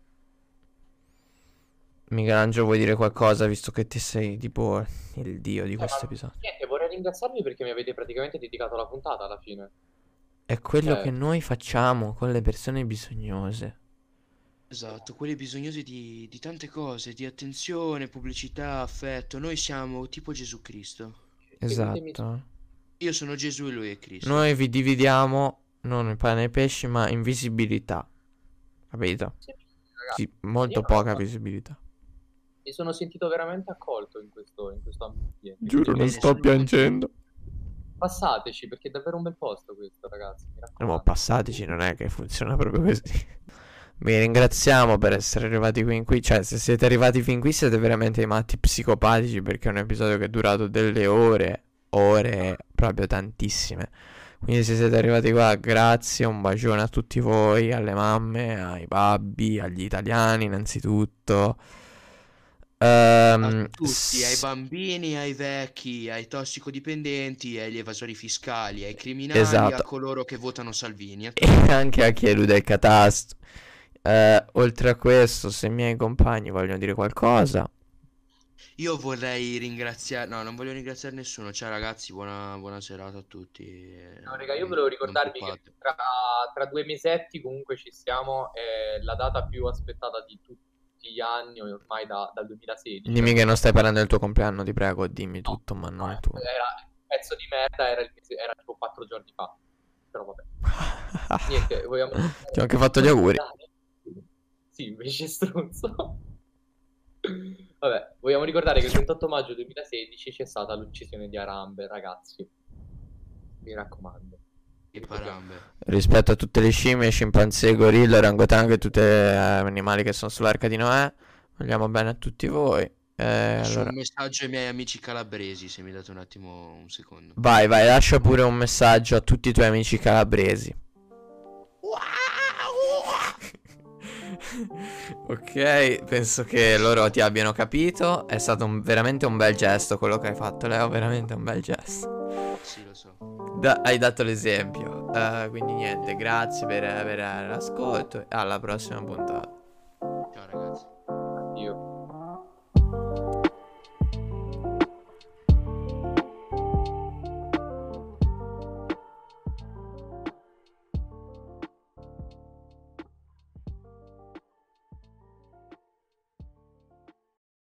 A: Michelangelo, vuoi dire qualcosa visto che ti sei tipo il dio di questo episodio?
C: Niente, vorrei ringraziarvi perché mi avete praticamente dedicato la puntata alla fine.
A: È quello
C: Eh.
A: che noi facciamo con le persone bisognose.
B: Esatto, quelli bisognosi di, di tante cose, di attenzione, pubblicità, affetto. Noi siamo tipo Gesù Cristo.
C: Seguitemi
A: Esatto.
B: Io sono Gesù e lui è Cristo.
A: Noi vi dividiamo non in pane e pesci, ma in visibilità. Capito?
C: Sì, ragazzi,
A: Sì, molto
C: io-
A: poca visibilità.
C: mi sono sentito veramente accolto in questo, in questo ambiente.
A: Giuro,
C: Quindi
A: non
B: bene,
A: sto
B: sono
A: piangendo.
C: passateci perché è davvero un bel posto questo, ragazzi. Mi
A: No,
C: raccomando.
A: ma passateci, non è che funziona proprio così. Vi ringraziamo per essere arrivati fin qui. Cioè, se siete arrivati fin qui siete veramente i matti psicopatici perché è un episodio che è durato delle ore, ore, proprio tantissime. Quindi se siete arrivati qua, grazie, un bacione a tutti voi, alle mamme, ai babbi, agli italiani innanzitutto. Ehm,
B: A tutti, ai
A: s-
B: bambini, ai vecchi, ai tossicodipendenti, agli evasori fiscali, ai criminali,
A: Esatto.
B: a coloro che votano Salvini. a
A: e anche a chi elude il catasto. Eh, oltre a questo, se i miei compagni vogliono dire qualcosa,
B: Io vorrei ringraziare, no, non voglio ringraziare nessuno. Ciao ragazzi, buona, buona serata a tutti.
C: No, raga, io volevo ricordarvi
B: Non
C: che tra, tra due mesetti comunque ci siamo. È la data più aspettata di tutti gli anni, ormai da- dal duemilasedici.
A: dimmi che non stai parlando del tuo compleanno, ti prego, dimmi
C: No,
A: tutto, ma non
C: no,
A: il tuo.
C: Era il pezzo di merda, era, il mese- era tipo quattro giorni fa. Però vabbè. Niente, vogliamo...
A: Ti ho anche fatto gli auguri.
C: Sì, invece stronzo. Vabbè, vogliamo ricordare che il ventotto maggio duemilasedici c'è stata l'uccisione di Arambe, ragazzi. Mi raccomando.
B: Che parambe.
A: Rispetto a tutte le scimmie, scimpanzé, gorilla, orangotango e tutti gli animali che sono sull'arca di Noè, vogliamo bene a tutti voi. Eh,
B: Lascio
A: allora,
B: un messaggio ai miei amici calabresi, se mi date un attimo un secondo.
A: vai, vai, lascia pure un messaggio a tutti i tuoi amici calabresi. Ok, penso che loro ti abbiano capito. È stato un- veramente un bel gesto quello che hai fatto, Leo. Veramente un bel gesto.
B: Sì, lo so.
A: Da- hai dato l'esempio. Eh, quindi niente, grazie per, per l'ascolto e alla prossima puntata.